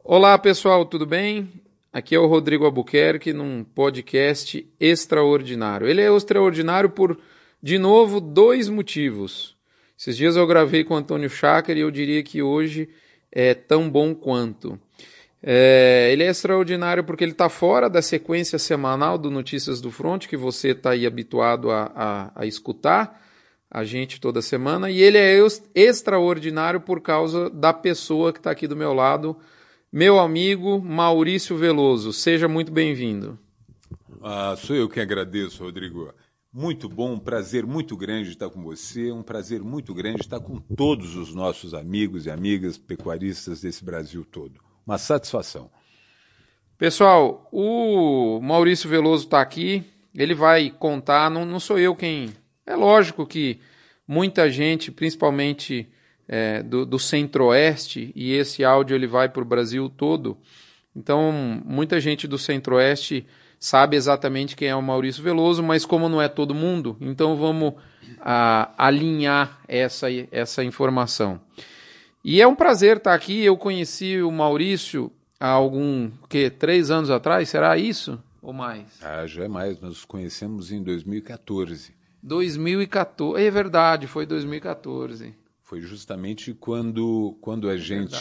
Olá pessoal, tudo bem? Aqui é o Rodrigo Albuquerque num podcast extraordinário. Ele é extraordinário por, de novo, dois motivos. Esses dias eu gravei com o Antônio Chácar e eu diria que hoje é tão bom quanto. Ele é extraordinário porque ele está fora da sequência semanal do Notícias do Front, que você está aí habituado a escutar a gente toda semana, e ele é extraordinário por causa da pessoa que está aqui do meu lado, meu amigo Maurício Veloso. Seja muito bem-vindo. Sou eu quem agradeço, Rodrigo. Muito bom, um prazer muito grande estar com você, um prazer muito grande estar com todos os nossos amigos e amigas pecuaristas desse Brasil todo. Uma satisfação. Pessoal, o Maurício Veloso está aqui, ele vai contar, não sou eu quem... É lógico que muita gente, principalmente do Centro-Oeste, e esse áudio ele vai para o Brasil todo, então muita gente do Centro-Oeste sabe exatamente quem é o Maurício Veloso, mas como não é todo mundo, então vamos alinhar essa informação. E é um prazer estar aqui. Eu conheci o Maurício há 3 anos atrás, será isso? Ou mais? Já é mais, nós nos conhecemos em 2014. 2014, é verdade, foi 2014. Foi justamente quando a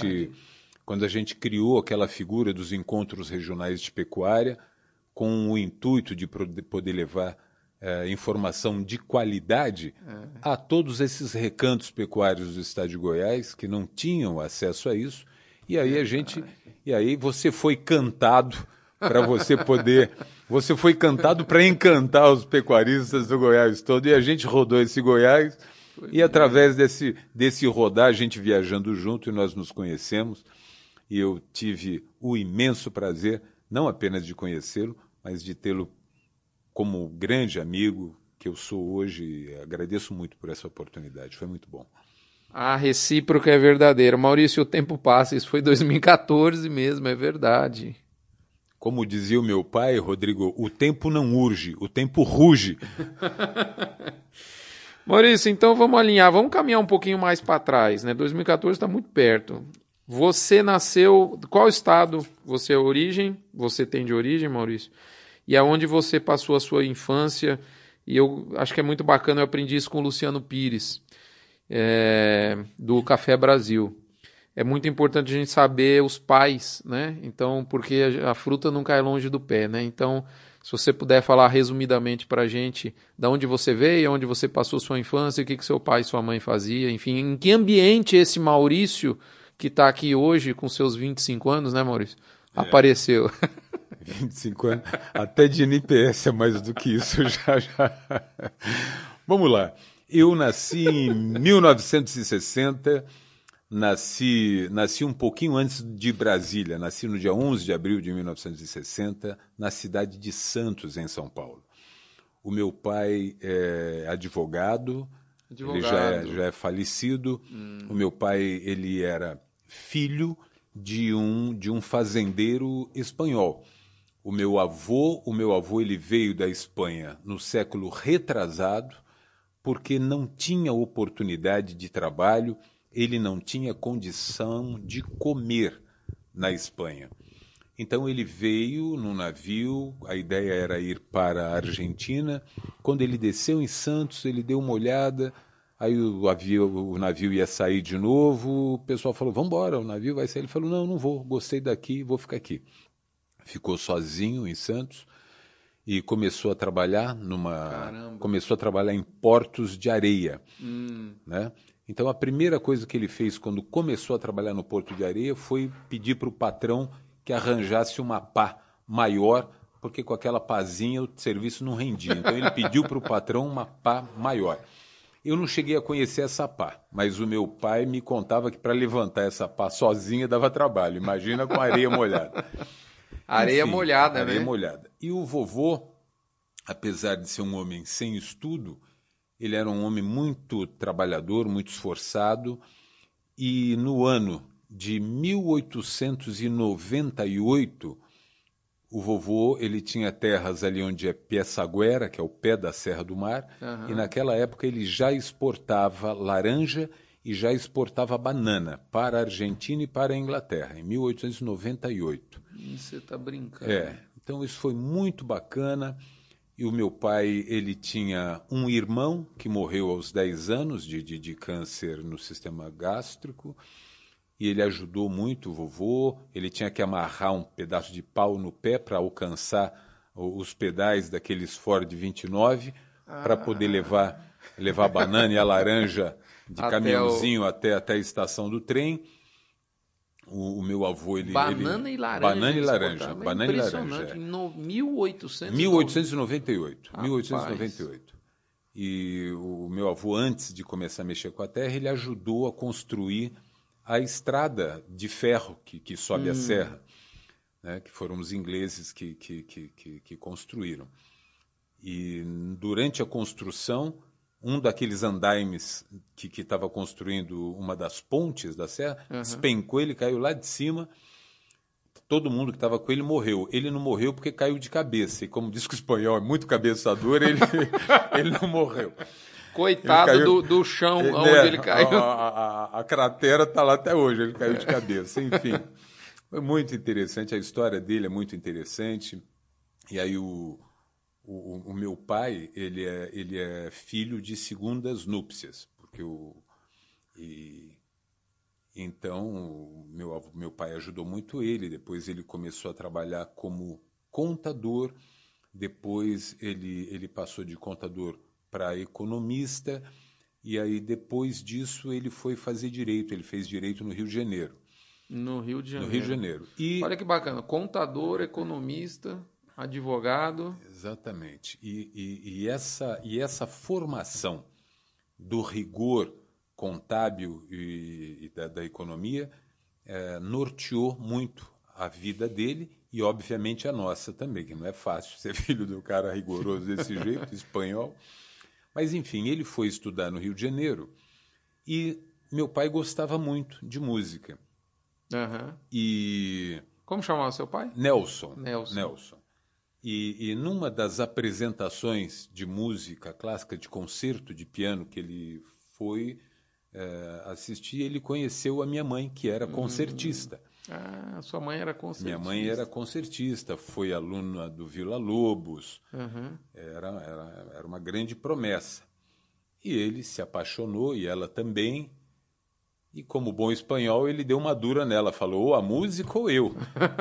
gente criou aquela figura dos encontros regionais de pecuária, com o intuito de poder levar informação de qualidade a todos esses recantos pecuários do estado de Goiás que não tinham acesso a isso. E aí você foi cantado para você poder... Você foi cantado para encantar os pecuaristas do Goiás todo, e a gente rodou esse Goiás, e através desse rodar, a gente viajando junto, e nós nos conhecemos, e eu tive o imenso prazer, não apenas de conhecê-lo, mas de tê-lo como grande amigo que eu sou hoje, e agradeço muito por essa oportunidade, foi muito bom. A recíproca é verdadeira. Maurício, o tempo passa, isso foi 2014 mesmo, é verdade. Como dizia o meu pai, Rodrigo, o tempo não urge, o tempo ruge. Maurício, então vamos alinhar, vamos caminhar um pouquinho mais para trás, né? 2014 está muito perto. Você nasceu, qual estado você é origem? Você tem de origem, Maurício? E aonde você passou a sua infância? E eu acho que é muito bacana, eu aprendi isso com o Luciano Pires, do Café Brasil. É muito importante a gente saber os pais, né? Então, porque a fruta não cai longe do pé, né? Então, se você puder falar resumidamente para a gente de onde você veio, onde você passou sua infância, o que seu pai e sua mãe faziam, enfim, em que ambiente esse Maurício, que está aqui hoje com seus 25 anos, né, Maurício? Apareceu. 25 anos, até de NPS é mais do que isso já. Vamos lá. Eu nasci em 1960, nasci um pouquinho antes de Brasília, nasci no dia 11 de abril de 1960, na cidade de Santos, em São Paulo. O meu pai é advogado. Ele já é falecido. O meu pai, ele era filho de um fazendeiro espanhol. O meu avô ele veio da Espanha no século retrasado, porque não tinha oportunidade de trabalho, ele não tinha condição de comer na Espanha. Então ele veio num navio, a ideia era ir para a Argentina. Quando ele desceu em Santos, ele deu uma olhada, aí o navio ia sair de novo, o pessoal falou, vamos embora, o navio vai sair. Ele falou, não vou, gostei daqui, vou ficar aqui. Ficou sozinho em Santos e começou a trabalhar em portos de areia, né? Então a primeira coisa que ele fez quando começou a trabalhar no porto de areia foi pedir para o patrão que arranjasse uma pá maior, porque com aquela pazinha o serviço não rendia. Então ele pediu para o patrão uma pá maior. Eu não cheguei a conhecer essa pá, mas o meu pai me contava que para levantar essa pá sozinha dava trabalho. Imagina com areia molhada. Areia molhada, né? Areia molhada. E o vovô, apesar de ser um homem sem estudo, ele era um homem muito trabalhador, muito esforçado, e no ano de 1898, o vovô ele tinha terras ali onde é Piaçaguera, que é o pé da Serra do Mar, e naquela época ele já exportava laranja e já exportava banana para a Argentina e para a Inglaterra, em 1898. Você está brincando. Então isso foi muito bacana. E o meu pai, ele tinha um irmão que morreu aos 10 anos de câncer no sistema gástrico, e ele ajudou muito o vovô. Ele tinha que amarrar um pedaço de pau no pé para alcançar os pedais daqueles Ford 29, para poder levar a banana e a laranja de caminhãozinho até a estação do trem. O meu avô, Banana e laranja. Banana e laranja. Banana e laranja. Em 1898. 1898. E o meu avô, antes de começar a mexer com a terra, ele ajudou a construir a estrada de ferro que sobe a serra, né, que foram os ingleses que construíram. E durante a construção, um daqueles andaimes que estava construindo uma das pontes da serra, despencou, ele caiu lá de cima, todo mundo que estava com ele morreu. Ele não morreu porque caiu de cabeça, e como diz que o espanhol é muito cabeçador, ele não morreu. Coitado do chão onde ele caiu. A cratera está lá até hoje, ele caiu de cabeça. Enfim, foi muito interessante, a história dele é muito interessante. E aí o meu pai, ele é filho de segundas núpcias, porque então meu pai ajudou muito ele. Depois ele começou a trabalhar como contador, depois ele passou de contador para economista, e aí depois disso ele foi fazer direito. Ele fez direito no Rio de Janeiro. No Rio de Janeiro. No Rio de Janeiro. E olha que bacana, contador, economista, advogado. Exatamente. E essa formação do rigor contábil e da economia norteou muito a vida dele e, obviamente, a nossa também, que não é fácil ser filho de um cara rigoroso desse jeito, espanhol. Mas, enfim, ele foi estudar no Rio de Janeiro e meu pai gostava muito de música. E como chamava seu pai? Nelson. Nelson. E numa das apresentações de música clássica, de concerto de piano que ele foi assistir, ele conheceu a minha mãe, que era concertista. Sua mãe era concertista. Minha mãe era concertista, foi aluna do Villa-Lobos. Era uma grande promessa. E ele se apaixonou, e ela também. E como bom espanhol, ele deu uma dura nela, falou, ou a música ou eu.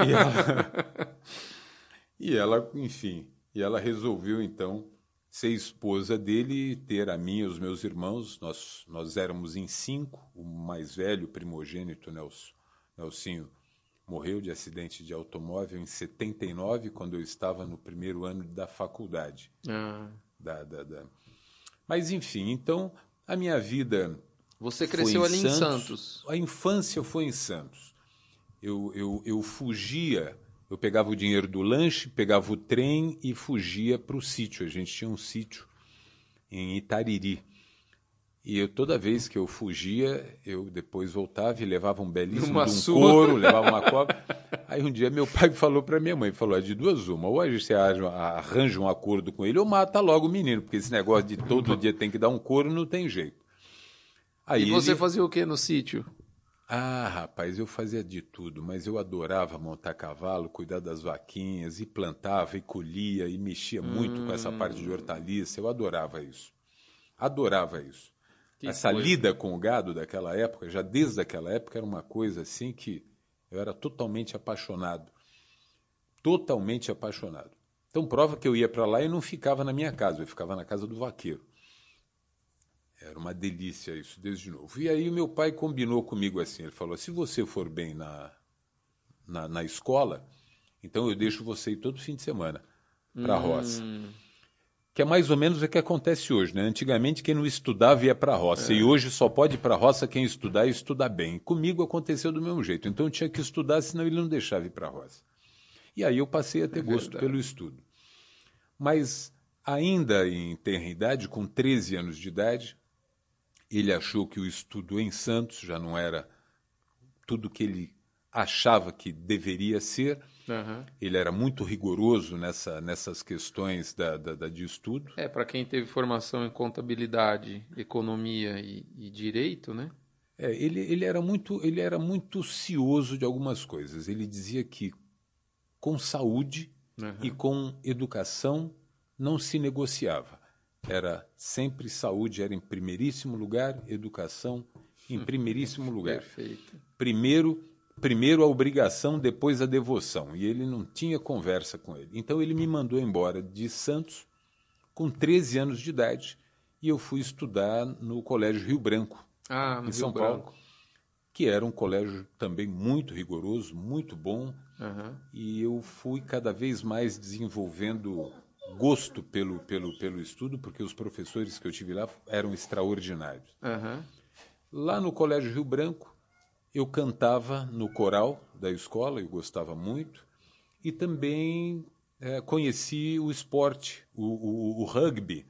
E ela, enfim, ela resolveu, então, ser esposa dele e ter a mim e os meus irmãos. Nós éramos em 5, o mais velho, primogênito, Nelsinho, morreu de acidente de automóvel em 79, quando eu estava no primeiro ano da faculdade. Mas, enfim, então, a minha vida... Você cresceu ali em Santos. A infância foi em Santos. Eu fugia... Eu pegava o dinheiro do lanche, pegava o trem e fugia para o sítio. A gente tinha um sítio em Itariri. E toda vez que eu fugia, eu depois voltava e levava um belíssimo couro, levava uma cobra. Aí um dia meu pai falou para minha mãe, falou, de duas uma, ou você arranja um acordo com ele ou mata logo o menino, porque esse negócio de todo dia tem que dar um couro não tem jeito. Aí e você fazia o que no sítio? Rapaz, eu fazia de tudo, mas eu adorava montar cavalo, cuidar das vaquinhas, e plantava, e colhia, e mexia muito com essa parte de hortaliça. Eu adorava isso. Adorava isso. Essa lida com o gado daquela época, já desde aquela época, era uma coisa assim que eu era totalmente apaixonado. Totalmente apaixonado. Então, prova que eu ia para lá e não ficava na minha casa, eu ficava na casa do vaqueiro. Era uma delícia isso, desde novo. E aí o meu pai combinou comigo assim, ele falou, se você for bem na escola, então eu deixo você ir todo fim de semana para a roça. Que é mais ou menos o que acontece hoje, né? Antigamente quem não estudava ia para a roça, e hoje só pode ir para a roça quem estudar e estudar bem. Comigo aconteceu do mesmo jeito, então eu tinha que estudar, senão ele não deixava ir para a roça. E aí eu passei a ter gosto pelo estudo. Mas ainda em tenra idade, com 13 anos de idade, ele achou que o estudo em Santos já não era tudo que ele achava que deveria ser. Ele era muito rigoroso nessas questões de estudo. Para quem teve formação em contabilidade, economia e direito, né? Ele era muito cioso de algumas coisas. Ele dizia que com saúde e com educação não se negociava. Era sempre saúde, era em primeiríssimo lugar, educação em primeiríssimo lugar. Perfeito. Primeiro a obrigação, depois a devoção. E ele não tinha conversa com ele. Então ele me mandou embora de Santos com 13 anos de idade e eu fui estudar no Colégio Rio Branco, em São Paulo, que era um colégio também muito rigoroso, muito bom. E eu fui cada vez mais desenvolvendo gosto pelo estudo, porque os professores que eu tive lá eram extraordinários. Lá no Colégio Rio Branco, eu cantava no coral da escola, eu gostava muito, e também conheci o esporte, o rugby.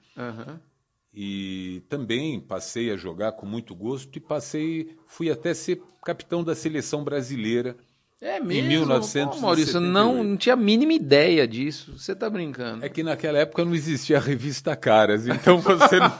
E também passei a jogar com muito gosto e fui até ser capitão da seleção brasileira. É mesmo? Em 1978. Pô, Maurício, não tinha a mínima ideia disso. Você tá brincando. É que naquela época não existia a revista Caras, então você não...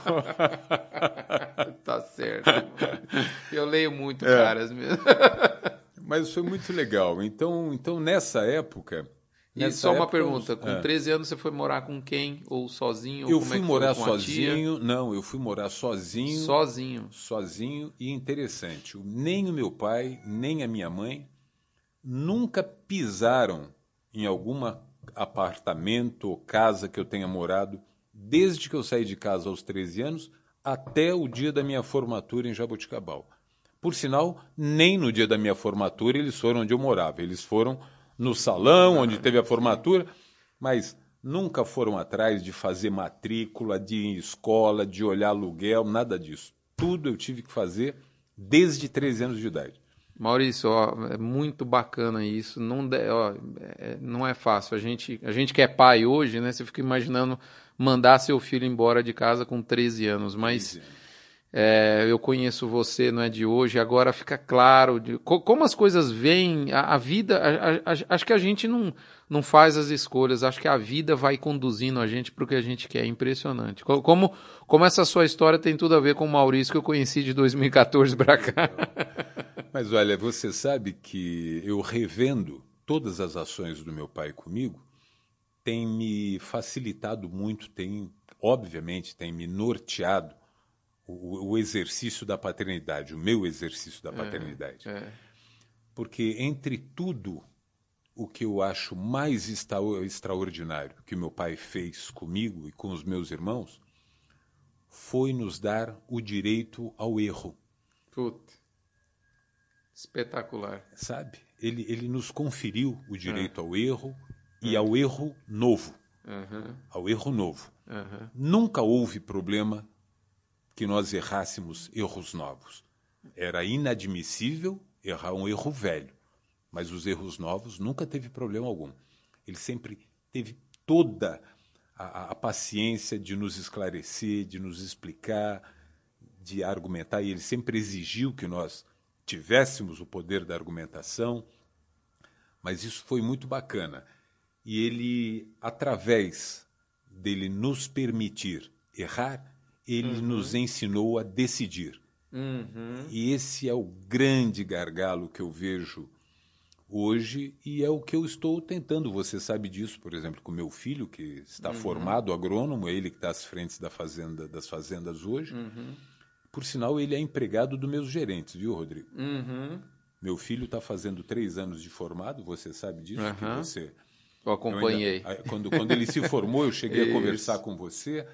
Tá certo. Eu leio muito Caras mesmo. Mas foi muito legal. Então nessa época... E só uma pergunta, com 13 anos você foi morar com quem? Ou sozinho? Eu fui morar sozinho. Não, eu fui morar sozinho. Sozinho e interessante. Nem o meu pai, nem a minha mãe nunca pisaram em algum apartamento ou casa que eu tenha morado, desde que eu saí de casa aos 13 anos até o dia da minha formatura em Jaboticabal. Por sinal, nem no dia da minha formatura eles foram onde eu morava. Eles foram no salão onde teve a formatura, mas nunca foram atrás de fazer matrícula, de ir em escola, de olhar aluguel, nada disso. Tudo eu tive que fazer desde 13 anos de idade. Maurício, é muito bacana isso. Não é fácil. A gente que é pai hoje, né? Você fica imaginando mandar seu filho embora de casa com 13 anos, mas eu conheço você, não é de hoje, agora fica claro como as coisas vêm, a vida, acho que a gente não faz as escolhas, acho que a vida vai conduzindo a gente para o que a gente quer, é impressionante. Como essa sua história tem tudo a ver com o Maurício que eu conheci de 2014 para cá. Mas olha, você sabe que eu revendo todas as ações do meu pai comigo, tem me facilitado muito, obviamente tem me norteado o exercício da paternidade, o meu exercício da paternidade. Porque entre tudo o que eu acho mais extraordinário que o meu pai fez comigo e com os meus irmãos foi nos dar o direito ao erro. Puta. Espetacular. Sabe? Ele nos conferiu o direito ao erro e ao erro novo. Ao erro novo. Nunca houve problema que nós errássemos erros novos. Era inadmissível errar um erro velho, mas os erros novos nunca teve problema algum. Ele sempre teve toda a paciência de nos esclarecer, de nos explicar, de argumentar, e ele sempre exigiu que nós tivéssemos o poder da argumentação, mas isso foi muito bacana. E ele, através dele nos permitir errar, ele nos ensinou a decidir. E esse é o grande gargalo que eu vejo hoje e é o que eu estou tentando. Você sabe disso, por exemplo, com meu filho, que está formado agrônomo, é ele que está às frentes das fazendas hoje. Por sinal, ele é empregado dos meus gerentes, viu, Rodrigo? Meu filho está fazendo 3 anos de formado, você sabe disso? Que você... Eu acompanhei. Quando ele se formou, eu cheguei a conversar com você.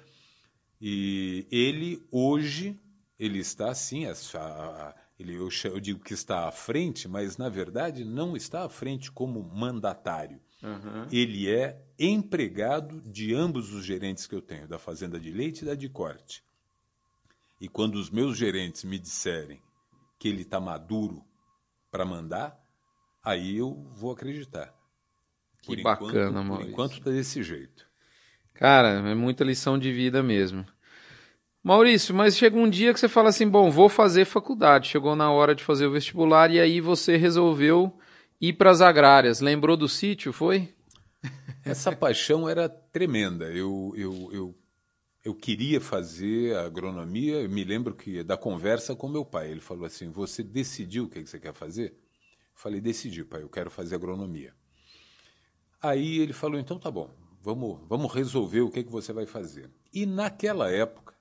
E ele, hoje, ele está assim, eu digo que está à frente, mas, na verdade, não está à frente como mandatário. Ele é empregado de ambos os gerentes que eu tenho, da Fazenda de Leite e da de Corte. E quando os meus gerentes me disserem que ele está maduro para mandar, aí eu vou acreditar. Que bacana, Maurício. Por enquanto está desse jeito. Cara, é muita lição de vida mesmo. Maurício, mas chega um dia que você fala assim, bom, vou fazer faculdade. Chegou na hora de fazer o vestibular e aí você resolveu ir para as agrárias. Lembrou do sítio, foi? Essa paixão era tremenda. Eu eu queria fazer agronomia. Eu me lembro que da conversa com meu pai. Ele falou assim: você decidiu o que você quer fazer? Eu falei: decidi, pai, eu quero fazer agronomia. Aí ele falou: então tá bom, vamos resolver o que você vai fazer. E naquela época,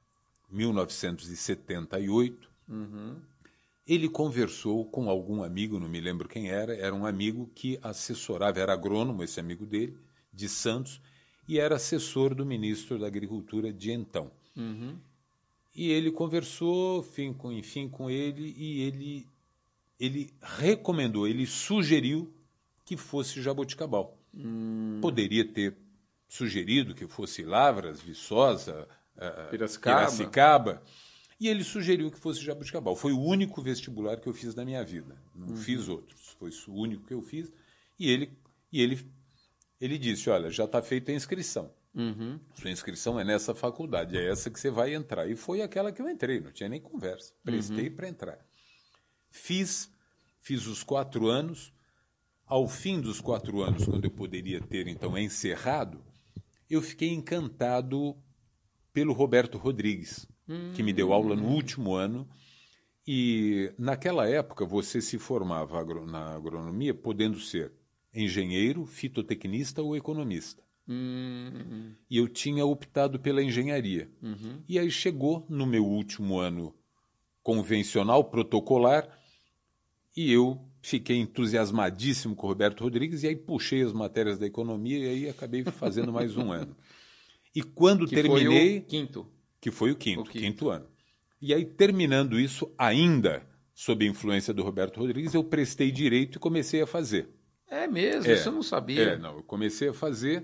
1978, ele conversou com algum amigo, não me lembro quem era um amigo que assessorava, era agrônomo, esse amigo dele, de Santos, e era assessor do ministro da Agricultura de então. E ele conversou, enfim, com ele, e ele recomendou, ele sugeriu que fosse Jaboticabal. Poderia ter sugerido que fosse Lavras, Viçosa, Piracicaba, e ele sugeriu que fosse Jaboticabal. Foi o único vestibular que eu fiz na minha vida. Não fiz outros. Foi o único que eu fiz. E ele disse: olha, já está feita a inscrição. Sua inscrição é nessa faculdade, é essa que você vai entrar. E foi aquela que eu entrei, não tinha nem conversa. Prestei para entrar. Fiz os 4 anos. Ao fim dos 4 anos, quando eu poderia ter, então, encerrado, eu fiquei encantado pelo Roberto Rodrigues, que me deu aula no último ano. E, naquela época, você se formava na agronomia podendo ser engenheiro, fitotecnista ou economista. E eu tinha optado pela engenharia. E aí chegou no meu último ano convencional, protocolar, e eu fiquei entusiasmadíssimo com o Roberto Rodrigues, e aí puxei as matérias da economia e aí acabei fazendo mais um ano. E quando terminei... Foi o quinto. Que foi o quinto ano. E aí, terminando isso, ainda sob a influência do Roberto Rodrigues, eu prestei direito e comecei a fazer. É mesmo? Isso eu não sabia. Eu comecei a fazer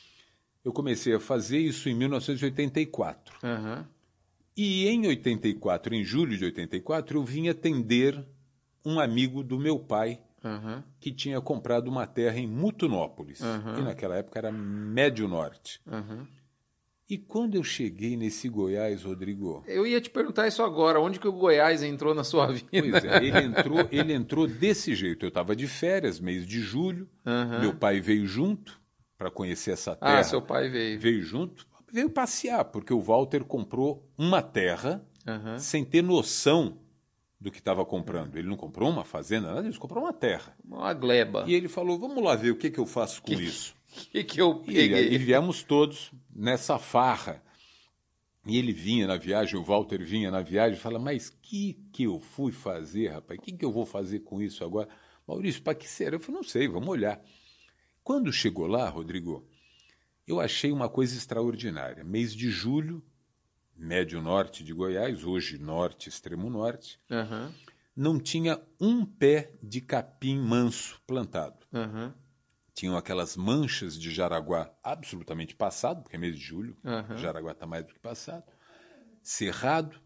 isso em 1984. E em 84, em julho de 84, eu vim atender um amigo do meu pai, que tinha comprado uma terra em Mutunópolis, e naquela época era Médio Norte. E quando eu cheguei nesse Goiás, Rodrigo... Eu ia te perguntar isso agora, onde que o Goiás entrou na sua vida? Pois é, ele entrou desse jeito. Eu estava de férias, mês de julho, meu pai veio junto para conhecer essa terra. Ah, seu pai veio. Veio junto, veio passear, porque o Walter comprou uma terra sem ter noção do que estava comprando. Ele não comprou uma fazenda, nada disso, comprou uma terra. Uma gleba. E ele falou: vamos lá ver o que eu faço com isso. Que eu peguei? E viemos todos nessa farra. E ele vinha na viagem, o Walter vinha na viagem e fala: mas que eu fui fazer, rapaz? O que eu vou fazer com isso agora? Maurício, para que será? Eu falei: não sei, vamos olhar. Quando chegou lá, Rodrigo, eu achei uma coisa extraordinária. Mês de julho, médio norte de Goiás, hoje norte, extremo norte, não tinha um pé de capim manso plantado. Tinham aquelas manchas de jaraguá absolutamente passado, porque é mês de julho, o jaraguá está mais do que passado, cerrado.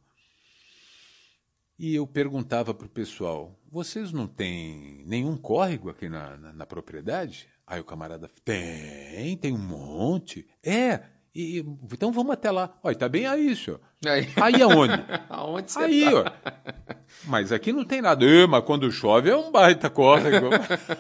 E eu perguntava para o pessoal: vocês não têm nenhum córrego aqui na propriedade? Aí o camarada: tem um monte. Então vamos até lá. Olha, tá bem aí, senhor. Aí aonde? Aonde você aí, tá? Ó. Mas aqui não tem nada. Mas quando chove é um baita córrego.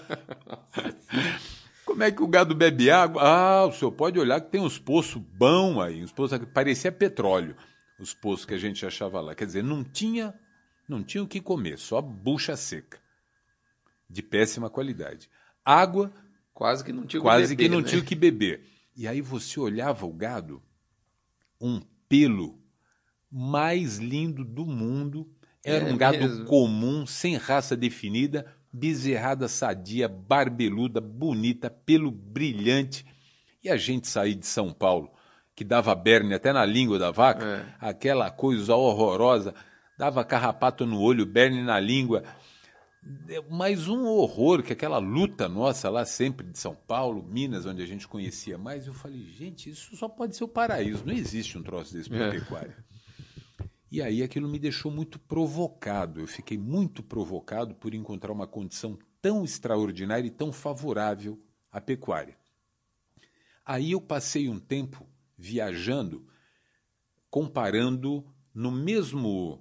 Como é que o gado bebe água? Ah, o senhor pode olhar que tem uns poços bons aí, uns poços que parecia petróleo, os poços que a gente achava lá. Quer dizer, não tinha o que comer, só bucha seca, de péssima qualidade. Água, quase que não tinha o que beber. E aí você olhava o gado, um pelo mais lindo do mundo, era um gado mesmo? comum, sem raça definida, bezerrada sadia, barbeluda, bonita, pelo brilhante. E a gente sair de São Paulo, que dava berne até na língua da vaca, aquela coisa horrorosa, dava carrapato no olho, berne na língua. Mas um horror, que aquela luta nossa lá sempre de São Paulo, Minas, onde a gente conhecia mais, eu falei: gente, isso só pode ser o paraíso, não existe um troço desse para pecuária. E aí aquilo me deixou muito provocado. Eu fiquei muito provocado por encontrar uma condição tão extraordinária e tão favorável à pecuária. Aí eu passei um tempo viajando, comparando no mesmo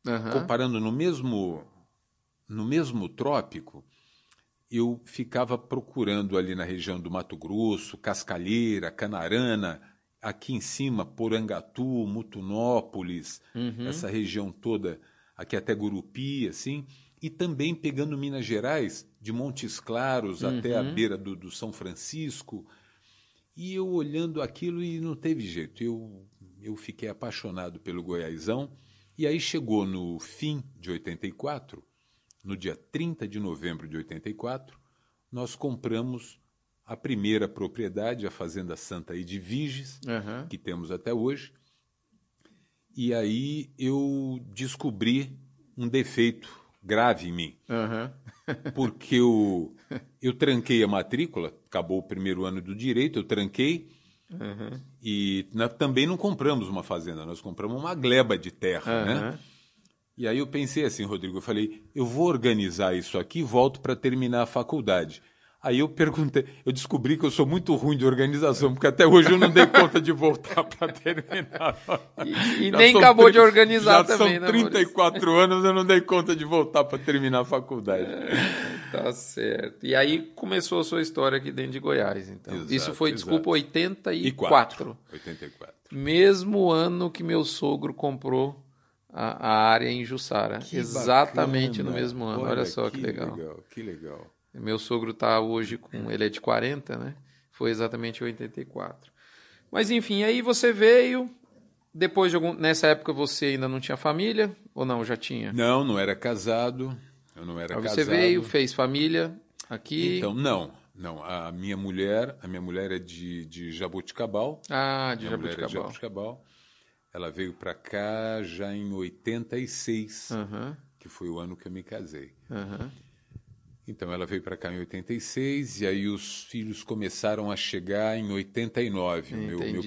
trópico, eu ficava procurando ali na região do Mato Grosso, Cascalheira, Canarana, aqui em cima, Porangatu, Mutunópolis, essa região toda, aqui até Gurupi, assim, e também pegando Minas Gerais, de Montes Claros até a beira do São Francisco. E eu olhando aquilo e não teve jeito. Eu fiquei apaixonado pelo Goiásão. E aí chegou no fim de 84, no dia 30 de novembro de 84, nós compramos a primeira propriedade, a Fazenda Santa Edviges, que temos até hoje. E aí eu descobri um defeito grave em mim. Porque eu tranquei a matrícula, acabou o primeiro ano do direito, eu tranquei, e também não compramos uma fazenda, nós compramos uma gleba de terra, né? E aí eu pensei assim, Rodrigo, eu falei, eu vou organizar isso aqui e volto para terminar a faculdade. Aí eu perguntei, eu descobri que eu sou muito ruim de organização, porque até hoje eu não dei conta de voltar para terminar. E nem acabou de organizar também, já né, são 34 anos, eu não dei conta de voltar para terminar a faculdade. Tá certo. E aí começou a sua história aqui dentro de Goiás, então. Exato, Isso foi, desculpa, 84. 84. Mesmo ano que meu sogro comprou a área em Jussara. Que exatamente bacana. no mesmo ano. Olha só que legal. Que legal. Meu sogro está hoje ele é de 40, né? Foi exatamente em 84. Mas enfim, aí você veio, depois de nessa época você ainda não tinha família, ou não, já tinha? Não era casado, eu não era casado. Você veio, fez família aqui? Então, não, a minha mulher é de Jaboticabal. De Jaboticabal. Ela veio para cá já em 86, que foi o ano que eu me casei. Então, ela veio para cá em 86 e aí os filhos começaram a chegar em 89. Meu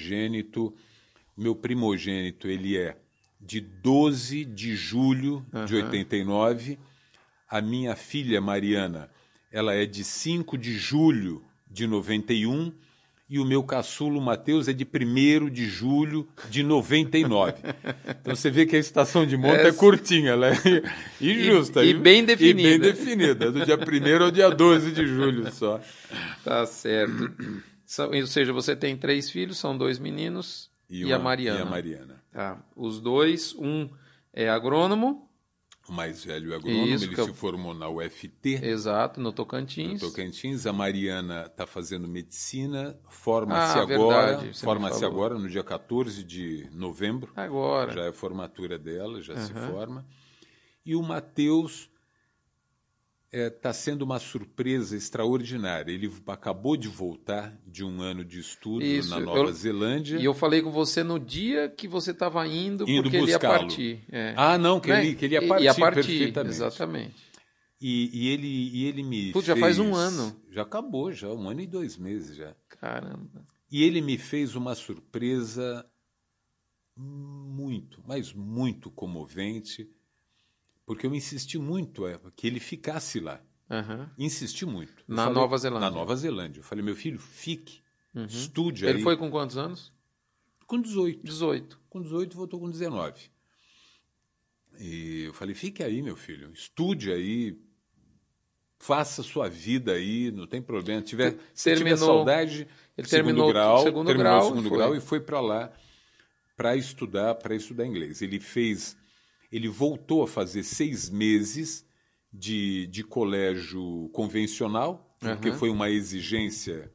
primogênito, ele é de 12 de julho de 89. A minha filha, Mariana, ela é de 5 de julho de 91. E o meu caçulo, Matheus, é de 1º de julho de 99. Então você vê que a estação de monta é curtinha, ela é injusta. E bem definida. E bem definida, do dia 1º ao dia 12 de julho só. Tá certo. Ou seja, você tem 3 filhos, são 2 meninos e a Mariana. E a Mariana. Tá. Os dois, um é agrônomo. O mais velho é agrônomo, ele se formou na UFT. Exato, no Tocantins. A Mariana está fazendo medicina, forma-se agora. Forma-se agora, no dia 14 de novembro. Agora. Já é a formatura dela, já se forma. E o Matheus está sendo uma surpresa extraordinária. Ele acabou de voltar de um ano de estudo na Nova Zelândia. E eu falei com você no dia que você estava indo porque ele ia partir. Não, que ele ia partir, perfeitamente. Exatamente. E ele me já faz um ano. Já acabou, já 1 ano e 2 meses já. Caramba. E ele me fez uma surpresa muito, mas muito comovente, porque eu insisti muito que ele ficasse lá. Insisti muito. Nova Zelândia. Na Nova Zelândia. Eu falei, meu filho, fique, estude aí. Ele foi com quantos anos? Com 18. 18. Com 18 voltou com 19. E eu falei, fique aí, meu filho, estude aí, faça sua vida aí, não tem problema. Se tiver saudade, ele terminou o segundo grau e foi para lá para estudar inglês. Ele voltou a fazer 6 meses de colégio convencional, porque foi uma exigência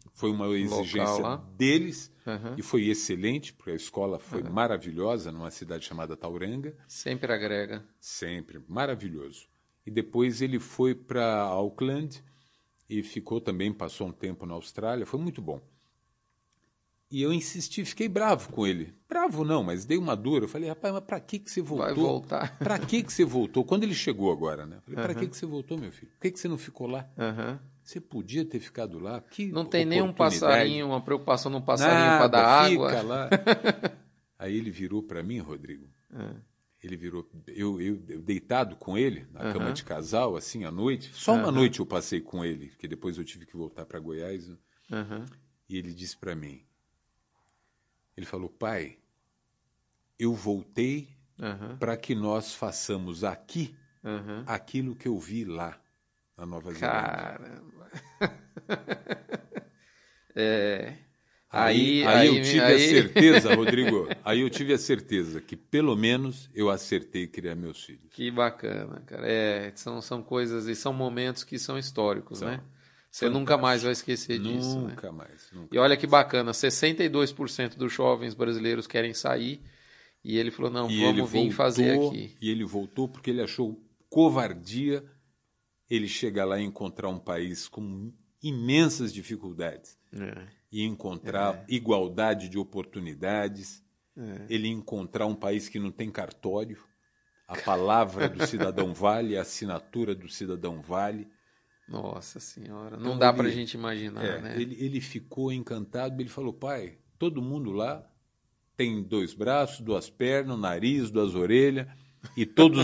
deles, e foi excelente, porque a escola foi maravilhosa, numa cidade chamada Tauranga. Sempre agrega. Sempre, maravilhoso. E depois ele foi para Auckland e passou um tempo na Austrália, foi muito bom. E eu insisti, fiquei bravo com ele. Bravo não, mas dei uma dura. Eu falei, rapaz, mas pra que você voltou? Vai voltar. Pra que você voltou? Quando ele chegou agora, né? Eu falei, pra que você voltou, meu filho? Por que você não ficou lá? Você podia ter ficado lá. Não tem nem um passarinho, uma preocupação num passarinho para dar água. Fica lá. Aí ele virou para mim, Rodrigo. Ele virou, eu deitado com ele, na cama de casal, assim, à noite. Só uma noite eu passei com ele, porque depois eu tive que voltar para Goiás. E ele disse para mim, ele falou, pai, eu voltei para que nós façamos aqui aquilo que eu vi lá na Nova Zelândia. Caramba! Aí eu tive a certeza, Rodrigo, aí eu tive a certeza que pelo menos eu acertei criar meus filhos. Que bacana, cara. São coisas e são momentos que são históricos, né? Você Fantástico. Nunca mais vai esquecer disso, né? Nunca mais. E olha que bacana, 62% dos jovens brasileiros querem sair e ele falou, não, vamos vir fazer aqui. E ele voltou porque ele achou covardia ele chegar lá e encontrar um país com imensas dificuldades. E encontrar igualdade de oportunidades, ele encontrar um país que não tem cartório, a palavra do cidadão vale, a assinatura do cidadão vale. Nossa Senhora, não dá pra gente imaginar, né? Ele ficou encantado, ele falou, pai, todo mundo lá tem 2 braços, 2 pernas, um nariz, 2 orelhas, e todos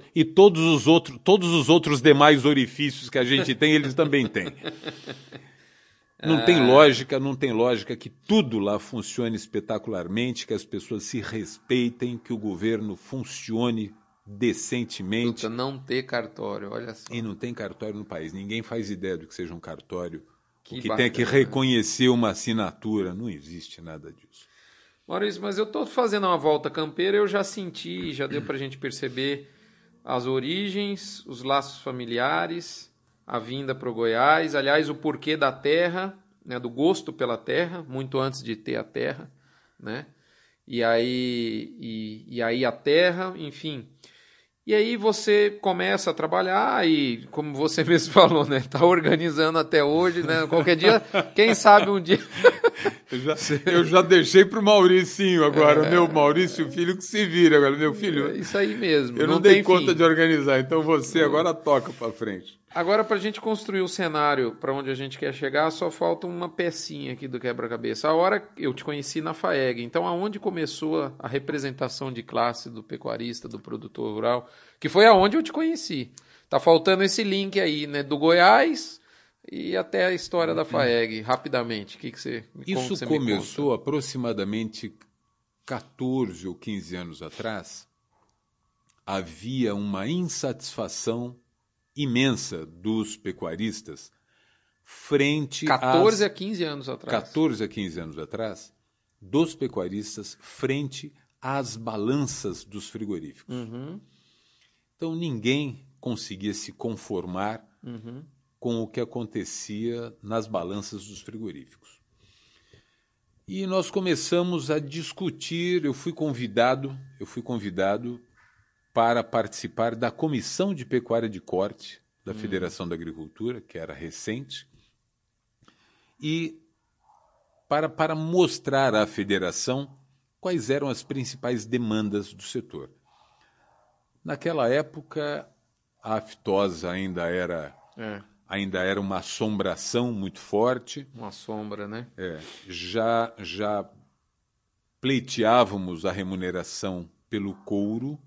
os outros demais orifícios que a gente tem, eles também têm. Não tem lógica que tudo lá funcione espetacularmente, que as pessoas se respeitem, que o governo funcione decentemente. Puta, não ter cartório, olha só. E não tem cartório no país. Ninguém faz ideia do que seja um cartório. Que bacana, tem que reconhecer uma assinatura. Não existe nada disso. Maurício, mas eu estou fazendo uma volta campeira, eu já senti, já deu para a gente perceber as origens, os laços familiares, a vinda para o Goiás, aliás, o porquê da terra, né, do gosto pela terra, muito antes de ter a terra, né? E aí a terra, enfim. E aí você começa a trabalhar e, como você mesmo falou, né, tá organizando até hoje, né? Qualquer dia, quem sabe um dia... Eu já deixei pro Mauricinho agora, o meu Maurício, o filho que se vira agora, meu filho. É isso aí mesmo. Eu não dei conta de organizar, então você agora toca para frente. Agora, para a gente construir o cenário para onde a gente quer chegar, só falta uma pecinha aqui do quebra-cabeça. A hora eu te conheci na FAEG, então aonde começou a representação de classe do pecuarista, do produtor rural, que foi aonde eu te conheci. Tá faltando esse link aí, né, do Goiás e até a história da FAEG, rapidamente. O que você me conta? Isso começou aproximadamente 14 ou 15 anos atrás. Havia uma insatisfação imensa dos pecuaristas frente 14 a 15 anos atrás. 14 a 15 anos atrás, dos pecuaristas frente às balanças dos frigoríficos. Então ninguém conseguia se conformar com o que acontecia nas balanças dos frigoríficos. E nós começamos a discutir, eu fui convidado para participar da Comissão de Pecuária de Corte da Federação da Agricultura, que era recente, e para mostrar à federação quais eram as principais demandas do setor. Naquela época, a aftosa ainda era uma assombração muito forte. Uma sombra, né? Já pleiteávamos a remuneração pelo couro.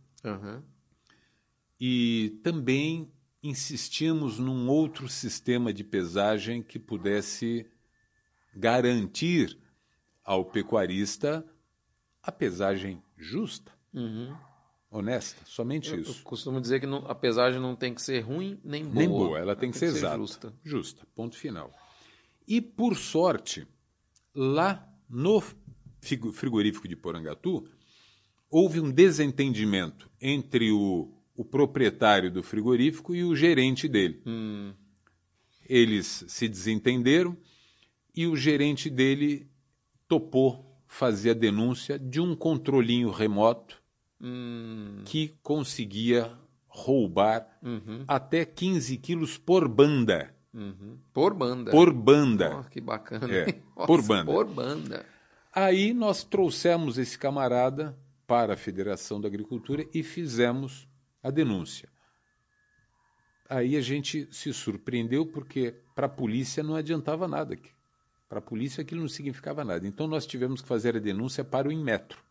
E também insistimos num outro sistema de pesagem que pudesse garantir ao pecuarista a pesagem justa, honesta, somente isso. Eu costumo dizer que a pesagem não tem que ser ruim nem boa. Nem boa, ela tem que ser exata. Justa, ponto final. E, por sorte, lá no frigorífico de Porangatu, houve um desentendimento entre o proprietário do frigorífico e o gerente dele. Eles se desentenderam e o gerente dele topou fazer a denúncia de um controlinho remoto que conseguia roubar até 15 quilos por banda. Por banda? Por banda. Nossa, que bacana. Nossa, por banda. Por banda. Aí nós trouxemos esse camarada para a Federação da Agricultura e fizemos a denúncia. Aí a gente se surpreendeu porque para a polícia não adiantava nada. Para a polícia aquilo não significava nada. Então nós tivemos que fazer a denúncia para o Inmetro.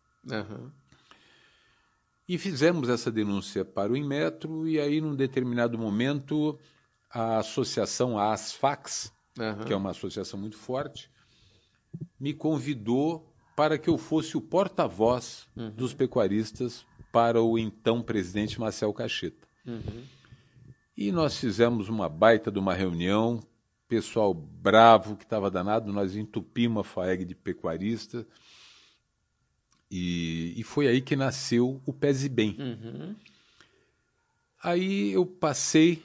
E fizemos essa denúncia para o Inmetro e aí num determinado momento a associação, a ASFAX, que é uma associação muito forte, me convidou para que eu fosse o porta-voz dos pecuaristas para o então presidente Marcel Cacheta. E nós fizemos uma baita de uma reunião pessoal bravo que estava danado, nós entupimos a FAEG de pecuarista e foi aí que nasceu o Pese Bem. Uhum. Aí eu passei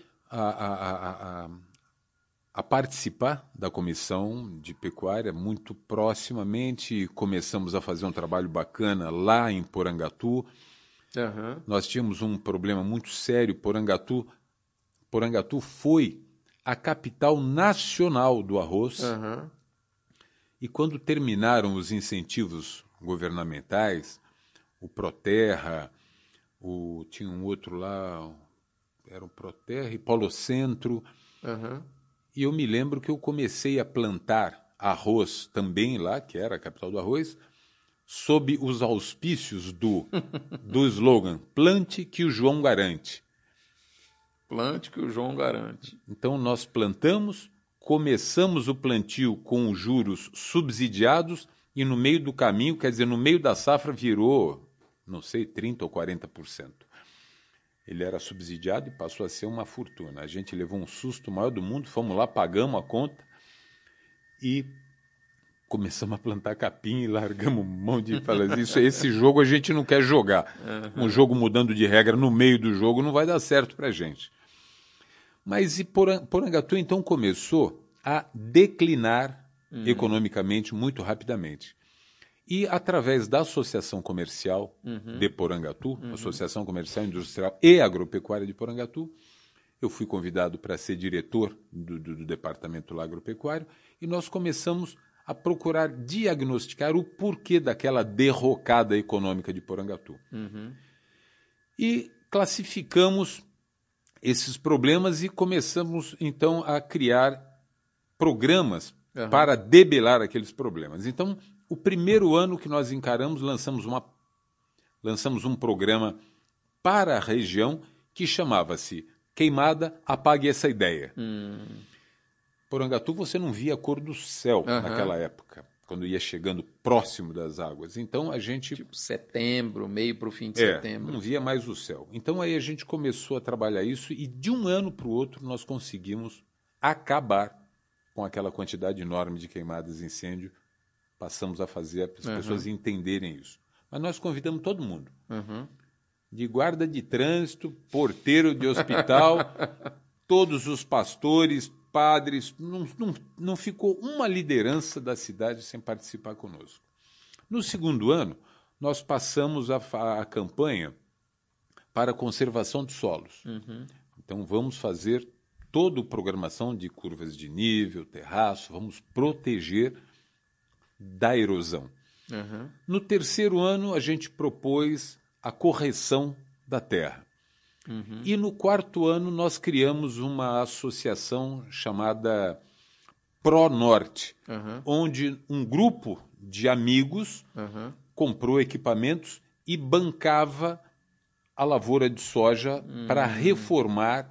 a participar da comissão de pecuária muito proximamente, começamos a fazer um trabalho bacana lá em Porangatu. Uhum. Nós tínhamos um problema muito sério. Porangatu foi a capital nacional do arroz. Uhum. E quando terminaram os incentivos governamentais, o Proterra, tinha um outro lá, era o Proterra e Polo Centro. Uhum. E eu me lembro que eu comecei a plantar arroz também lá, que era a capital do arroz, sob os auspícios do slogan "Plante que o João garante". Plante que o João garante. Então nós plantamos, começamos o plantio com juros subsidiados e no meio do caminho, quer dizer, no meio da safra virou, não sei, 30% ou 40%. Ele era subsidiado e passou a ser uma fortuna. A gente levou um susto maior do mundo, fomos lá, pagamos a conta e começamos a plantar capim e largamos mão de falar esse jogo a gente não quer jogar. Um jogo mudando de regra no meio do jogo não vai dar certo para a gente. Mas Porangatu então começou a declinar economicamente muito rapidamente. E através da Associação Comercial de Porangatu, Associação Comercial Industrial e Agropecuária de Porangatu, eu fui convidado para ser diretor do departamento lá agropecuário e nós começamos a procurar diagnosticar o porquê daquela derrocada econômica de Porangatu. E classificamos esses problemas e começamos, então, a criar programas para debelar aqueles problemas. Então, o primeiro ano que nós encaramos, lançamos um programa para a região que chamava-se Queimada, Apague Essa Ideia. Porangatu você não via a cor do céu naquela época, quando ia chegando próximo das águas. Então a gente... Tipo setembro, meio para o fim de setembro. Não via mais o céu. Então aí a gente começou a trabalhar isso e de um ano para o outro nós conseguimos acabar com aquela quantidade enorme de queimadas e incêndio. Passamos a fazer as pessoas entenderem isso. Mas nós convidamos todo mundo. De guarda de trânsito, porteiro de hospital, todos os pastores, padres, não ficou uma liderança da cidade sem participar conosco. No segundo ano, nós passamos a campanha para a conservação de solos. Então, vamos fazer toda a programação de curvas de nível, terraço, vamos proteger da erosão. No terceiro ano, a gente propôs a correção da terra. E no quarto ano nós criamos uma associação chamada Pro-Norte, onde um grupo de amigos comprou equipamentos e bancava a lavoura de soja para reformar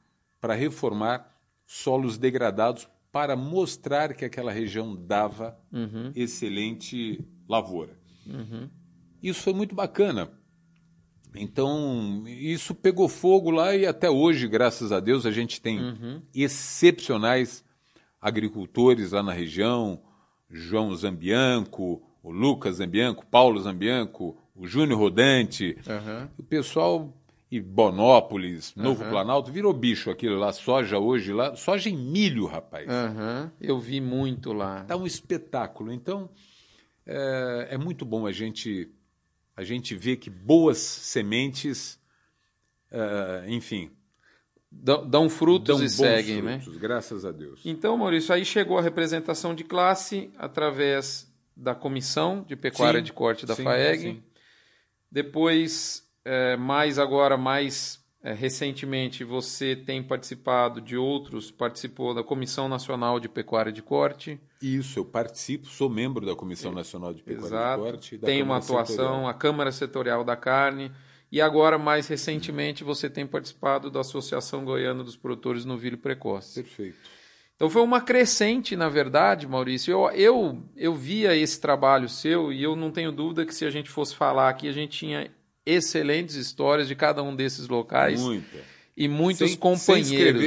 solos degradados, para mostrar que aquela região dava excelente lavoura. Isso foi muito bacana. Então, isso pegou fogo lá e até hoje, graças a Deus, a gente tem excepcionais agricultores lá na região, João Zambianco, o Lucas Zambianco, Paulo Zambianco, o Júnior Rodante, o pessoal e Bonópolis, Novo Planalto, virou bicho aquilo lá, soja hoje lá, soja em milho, rapaz. Eu vi muito lá. Tá um espetáculo. Então, é muito bom a gente vê que boas sementes, enfim... Dão frutos e seguem, frutos, né? Graças a Deus. Então, Maurício, aí chegou a representação de classe através da Comissão de Pecuária de Corte da FAEG. Sim. Depois, mais recentemente, você tem participado de outros, participou da Comissão Nacional de Pecuária de Corte. Isso, eu participo, sou membro da Comissão Nacional de Pecuária de Corte. Tem uma atuação, a Câmara Setorial da Carne. E agora, mais recentemente, você tem participado da Associação Goiana dos Produtores de Novilho Precoce. Perfeito. Então foi uma crescente, na verdade, Maurício. Eu via esse trabalho seu e eu não tenho dúvida que se a gente fosse falar aqui, a gente tinha excelentes histórias de cada um desses locais. Muita. E muitos companheiros.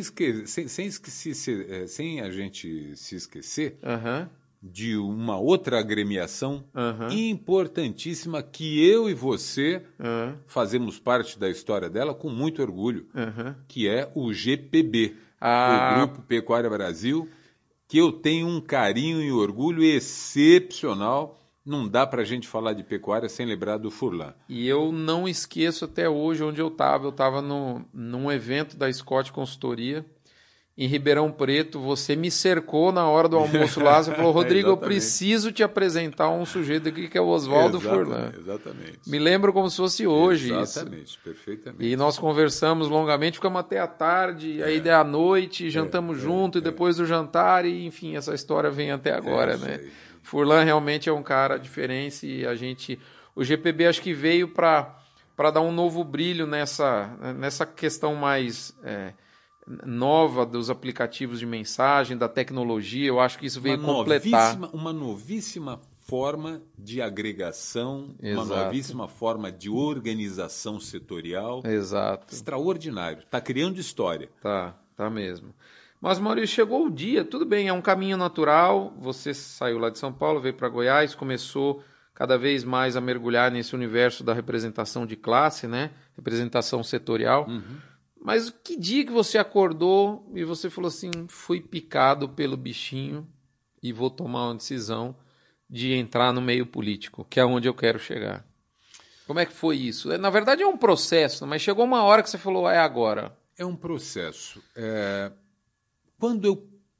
Sem a gente se esquecer Aham. de uma outra agremiação Aham. importantíssima que eu e você Aham. fazemos parte da história dela com muito orgulho, Aham. que é o GPB, Ah. o Grupo Pecuária Brasil, que eu tenho um carinho e orgulho excepcional. Não dá para a gente falar de pecuária sem lembrar do Furlan. E eu não esqueço até hoje onde eu estava. Eu estava num evento da Scott Consultoria, em Ribeirão Preto. Você me cercou na hora do almoço lá. Você falou, Rodrigo, eu preciso te apresentar um sujeito aqui que é o Oswaldo Furlan. Exatamente. Me lembro como se fosse hoje Exatamente, isso. perfeitamente. E nós conversamos longamente, ficamos até a tarde, aí à noite, jantamos junto, e depois do jantar, e enfim, essa história vem até agora, né? Aí. Furlan realmente é um cara diferente e o GPB acho que veio para dar um novo brilho nessa questão mais nova dos aplicativos de mensagem, da tecnologia. Eu acho que isso veio completar. Uma novíssima forma de agregação, Exato. uma novíssima forma de organização setorial. Exato. Extraordinário. Está criando história. Tá mesmo. Mas, Maurício, chegou o dia, tudo bem, é um caminho natural, você saiu lá de São Paulo, veio para Goiás, começou cada vez mais a mergulhar nesse universo da representação de classe, né? Representação setorial. Uhum. Mas que dia que você acordou e você falou assim, fui picado pelo bichinho e vou tomar uma decisão de entrar no meio político, que é onde eu quero chegar. Como é que foi isso? Na verdade é um processo, mas chegou uma hora que você falou, é agora. É um processo. Quando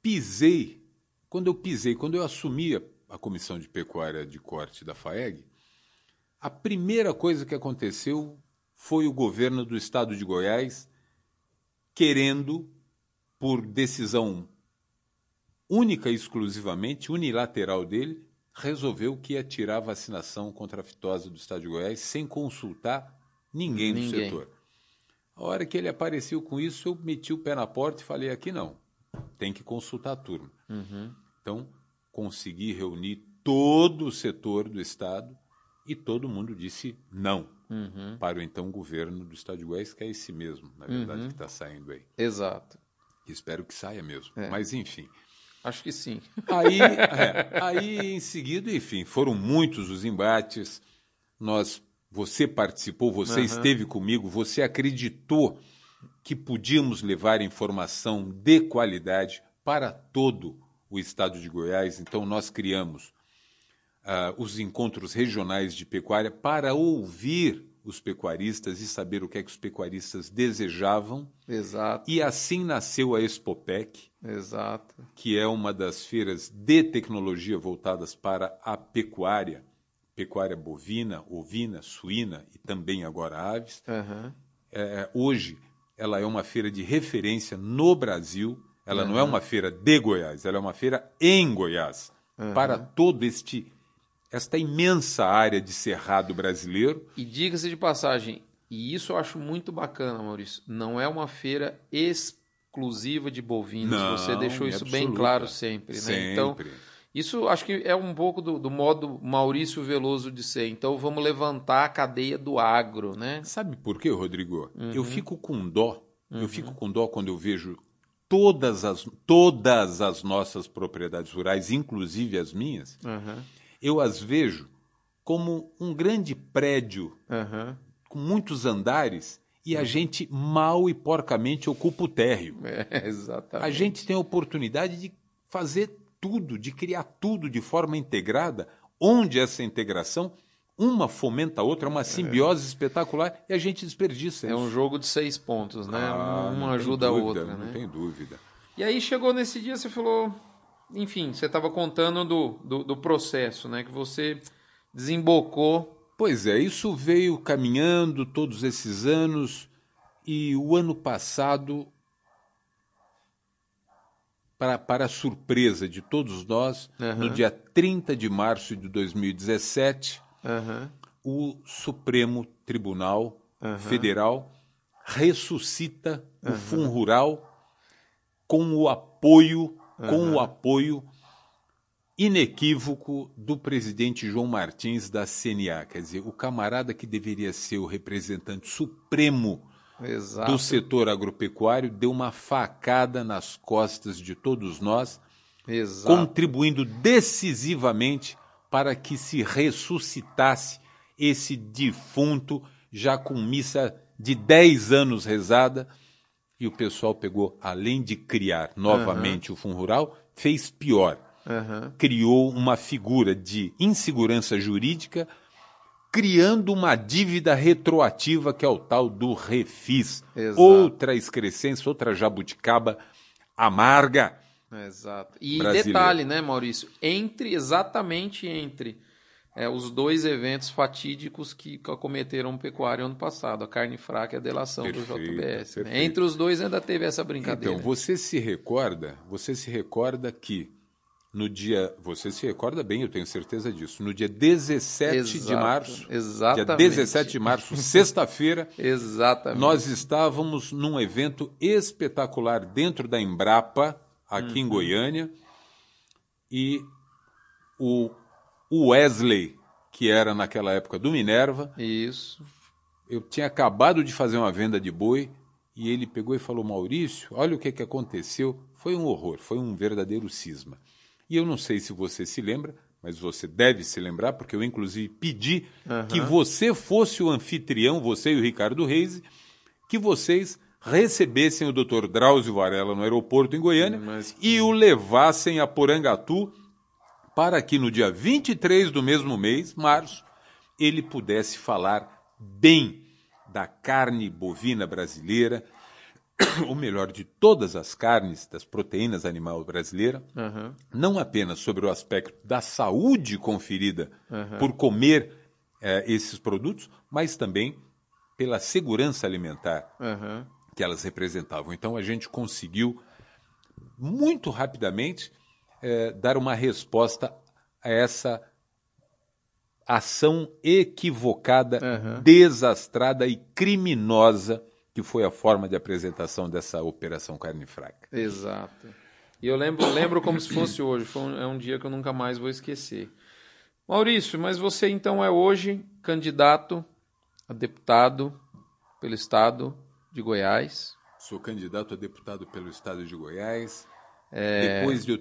eu assumi a Comissão de Pecuária de Corte da FAEG, a primeira coisa que aconteceu foi o governo do estado de Goiás querendo, por decisão única e exclusivamente, unilateral dele, resolveu que ia tirar a vacinação contra a aftosa do estado de Goiás sem consultar ninguém do setor. A hora que ele apareceu com isso, eu meti o pé na porta e falei, aqui não. Tem que consultar a turma. Uhum. Então, consegui reunir todo o setor do Estado e todo mundo disse não para o então governo do Estado de Goiás, que é esse mesmo, na verdade, que está saindo aí. Exato. Espero que saia mesmo. Mas, enfim. Acho que sim. Aí, em seguida, enfim, foram muitos os embates. Você participou, você esteve comigo, você acreditou que podíamos levar informação de qualidade para todo o estado de Goiás. Então, nós criamos os encontros regionais de pecuária para ouvir os pecuaristas e saber o que é que os pecuaristas desejavam. Exato. E assim nasceu a Expopec, Exato. que é uma das feiras de tecnologia voltadas para a pecuária bovina, ovina, suína e também agora aves. Uhum. Hoje, ela é uma feira de referência no Brasil. Ela não é uma feira de Goiás, ela é uma feira em Goiás, para todo esta imensa área de cerrado brasileiro. E diga-se de passagem, e isso eu acho muito bacana, Maurício, não é uma feira exclusiva de bovinos, Não, você deixou isso absoluta. bem claro sempre, né? Sempre. Então, isso acho que é um pouco do modo Maurício Veloso de ser. Então, vamos levantar a cadeia do agro, né? Sabe por quê, Rodrigo? Eu fico com dó. Eu fico com dó quando eu vejo todas as nossas propriedades rurais, inclusive as minhas, eu as vejo como um grande prédio com muitos andares e a gente mal e porcamente ocupa o térreo. Exatamente. A gente tem a oportunidade de fazer tudo, de criar tudo de forma integrada, onde essa integração, uma fomenta a outra, é uma simbiose espetacular e a gente desperdiça isso. É um jogo de 6 pontos, né? Uma ajuda a outra, né? Não tem dúvida. E aí chegou nesse dia, você falou... Enfim, você estava contando do processo, né? Que você desembocou. Pois é, isso veio caminhando todos esses anos e o ano passado, para a surpresa de todos nós, no dia 30 de março de 2017, o Supremo Tribunal Federal ressuscita o Fundo Rural com o apoio inequívoco do presidente João Martins da CNA. Quer dizer, o camarada que deveria ser o representante supremo Exato. do setor agropecuário, deu uma facada nas costas de todos nós, Exato. contribuindo decisivamente para que se ressuscitasse esse defunto, já com missa de 10 anos rezada, e o pessoal pegou, além de criar novamente o Fundo Rural, fez pior. Criou uma figura de insegurança jurídica, criando uma dívida retroativa, que é o tal do refis. Exato. Outra excrescência, outra jabuticaba amarga. Exato. E brasileira. detalhe, né, Maurício? Exatamente entre os dois eventos fatídicos que acometeram o pecuário ano passado, a carne fraca e a delação do JBS. Perfeito. Né? Entre os dois ainda teve essa brincadeira. Então, você se recorda que no dia, você se recorda bem, eu tenho certeza disso, no dia 17 de março, exatamente. dia 17 de março, sexta-feira, exatamente. nós estávamos num evento espetacular dentro da Embrapa, aqui em Goiânia, e o Wesley, que era naquela época do Minerva, Isso. eu tinha acabado de fazer uma venda de boi, e ele pegou e falou: Maurício, olha o que aconteceu, foi um horror, foi um verdadeiro cisma. E eu não sei se você se lembra, mas você deve se lembrar, porque eu inclusive pedi que você fosse o anfitrião, você e o Ricardo Reis, que vocês recebessem o Dr. Drauzio Varela no aeroporto em Goiânia e o levassem a Porangatu para que no dia 23 do mesmo mês, março, ele pudesse falar bem da carne bovina brasileira, ou melhor, de todas as carnes, das proteínas animais brasileiras, não apenas sobre o aspecto da saúde conferida por comer esses produtos, mas também pela segurança alimentar que elas representavam. Então a gente conseguiu muito rapidamente dar uma resposta a essa ação equivocada, desastrada e criminosa que foi a forma de apresentação dessa Operação Carne Fraca. Exato. E eu lembro como se fosse hoje. É um dia que eu nunca mais vou esquecer. Maurício, mas você então é hoje candidato a deputado pelo estado de Goiás. Sou candidato a deputado pelo estado de Goiás. Depois de eu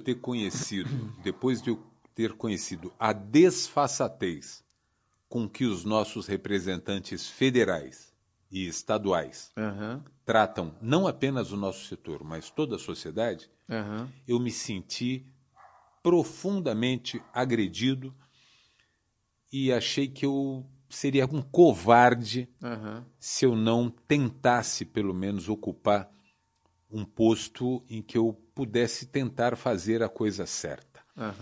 ter conhecido a desfaçatez com que os nossos representantes federais e estaduais tratam não apenas o nosso setor, mas toda a sociedade, eu me senti profundamente agredido e achei que eu seria um covarde se eu não tentasse, pelo menos, ocupar um posto em que eu pudesse tentar fazer a coisa certa.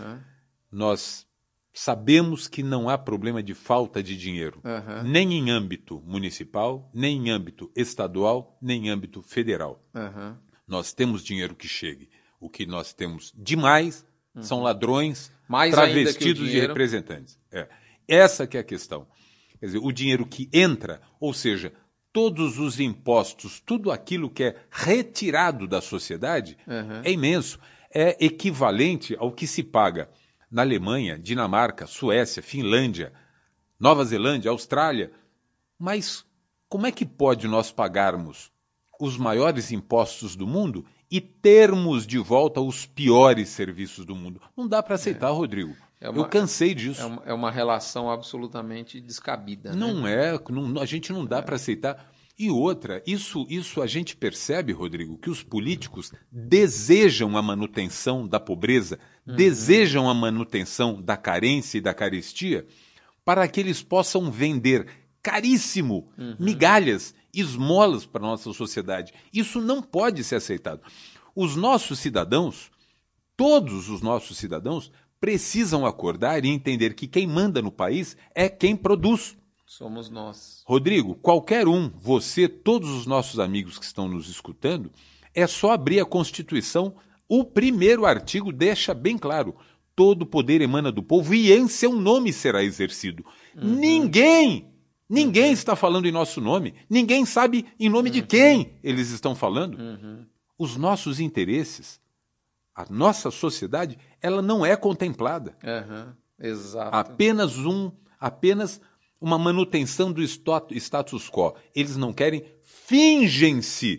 Nós sabemos que não há problema de falta de dinheiro, nem em âmbito municipal, nem em âmbito estadual, nem em âmbito federal. Nós temos dinheiro que chegue. O que nós temos demais são ladrões travestidos de representantes. Essa que é a questão. Quer dizer, o dinheiro que entra, ou seja, todos os impostos, tudo aquilo que é retirado da sociedade, é imenso. É equivalente ao que se paga na Alemanha, Dinamarca, Suécia, Finlândia, Nova Zelândia, Austrália. Mas como é que pode nós pagarmos os maiores impostos do mundo e termos de volta os piores serviços do mundo? Não dá para aceitar, Rodrigo. Eu cansei disso. É uma relação absolutamente descabida. Não a gente não dá para aceitar. E outra, isso a gente percebe, Rodrigo, que os políticos desejam a manutenção da pobreza, desejam a manutenção da carência e da carestia, para que eles possam vender caríssimo migalhas, esmolas para a nossa sociedade. Isso não pode ser aceitado. Os nossos cidadãos, todos os nossos cidadãos, precisam acordar e entender que quem manda no país é quem produz. Somos nós. Rodrigo, qualquer um, você, todos os nossos amigos que estão nos escutando, é só abrir a Constituição. O primeiro artigo deixa bem claro: todo poder emana do povo e em seu nome será exercido. Ninguém está falando em nosso nome. Ninguém sabe em nome de quem eles estão falando. Os nossos interesses, a nossa sociedade, ela não é contemplada. Exato. Apenas uma manutenção do status quo. Eles não querem, fingem-se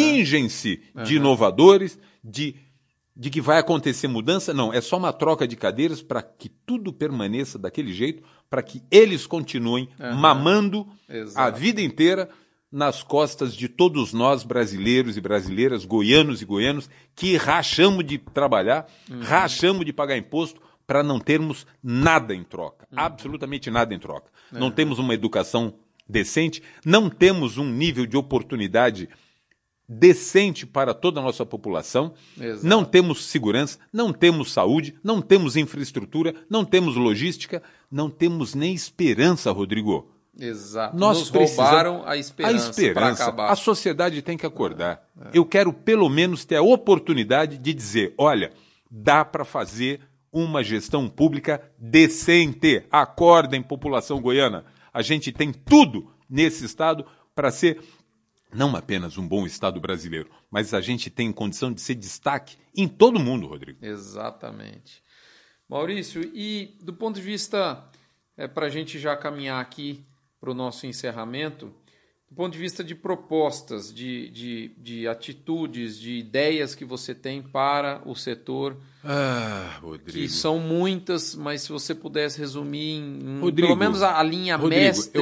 de inovadores, de que vai acontecer mudança. Não, é só uma troca de cadeiras para que tudo permaneça daquele jeito, para que eles continuem mamando a vida inteira nas costas de todos nós, brasileiros e brasileiras, goianos e goianos, que rachamos de trabalhar, rachamos de pagar imposto para não termos nada em troca, absolutamente nada em troca. Não temos uma educação decente, não temos um nível de oportunidade decente para toda a nossa população, não temos segurança, não temos saúde, não temos infraestrutura, não temos logística, não temos nem esperança, Rodrigo. Exato. Nos roubaram a esperança para acabar. A sociedade tem que acordar. Eu quero pelo menos ter a oportunidade de dizer, olha, dá para fazer uma gestão pública decente. Acordem, população goiana. A gente tem tudo nesse estado para ser não apenas um bom estado brasileiro, mas a gente tem condição de ser destaque em todo o mundo, Rodrigo. Exatamente. Maurício, e do ponto de vista, para a gente já caminhar aqui para o nosso encerramento, do ponto de vista de propostas, de atitudes, de ideias que você tem para o setor, Rodrigo, que são muitas, mas se você pudesse resumir em Rodrigo, pelo menos a linha mestre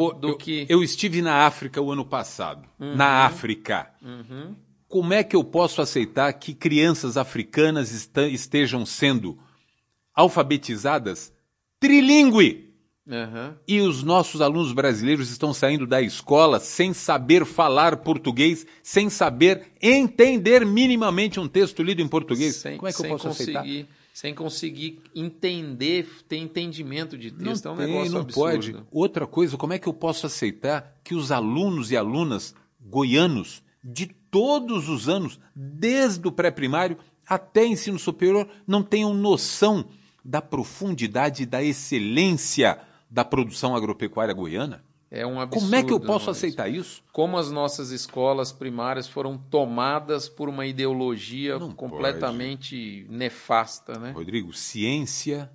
eu estive na África o ano passado, na África. Como é que eu posso aceitar que crianças africanas estejam sendo alfabetizadas trilingüe? E os nossos alunos brasileiros estão saindo da escola sem saber falar português, sem saber entender minimamente um texto lido em português. Como é que eu posso aceitar? Sem conseguir entender, ter entendimento de texto. É um negócio absurdo. Pode. Outra coisa, como é que eu posso aceitar que os alunos e alunas goianos de todos os anos, desde o pré-primário até ensino superior, não tenham noção da profundidade e da excelência da produção agropecuária goiana? É um absurdo. Como é que eu posso aceitar isso? Como as nossas escolas primárias foram tomadas por uma ideologia completamente nefasta, né? Rodrigo, ciência,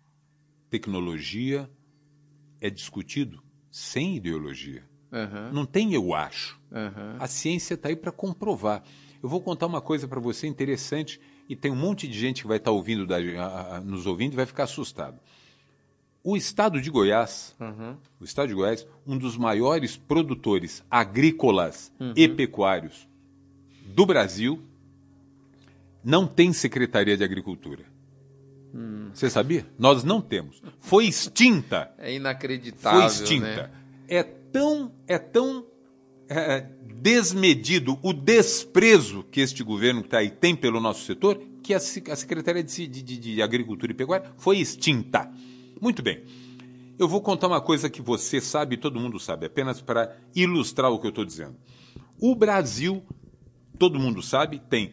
tecnologia é discutido sem ideologia. Não tem eu acho. A ciência está aí para comprovar. Eu vou contar uma coisa para você interessante e tem um monte de gente que vai estar ouvindo, nos ouvindo e vai ficar assustado. O estado de Goiás, um dos maiores produtores agrícolas e pecuários do Brasil, não tem Secretaria de Agricultura. Você sabia? Nós não temos. Foi extinta. É inacreditável. Foi extinta. Né? É tão desmedido o desprezo que este governo que está aí tem pelo nosso setor, que a Secretaria de Agricultura e Pecuária foi extinta. Muito bem. Eu vou contar uma coisa que você sabe e todo mundo sabe, apenas para ilustrar o que eu estou dizendo. O Brasil, todo mundo sabe, tem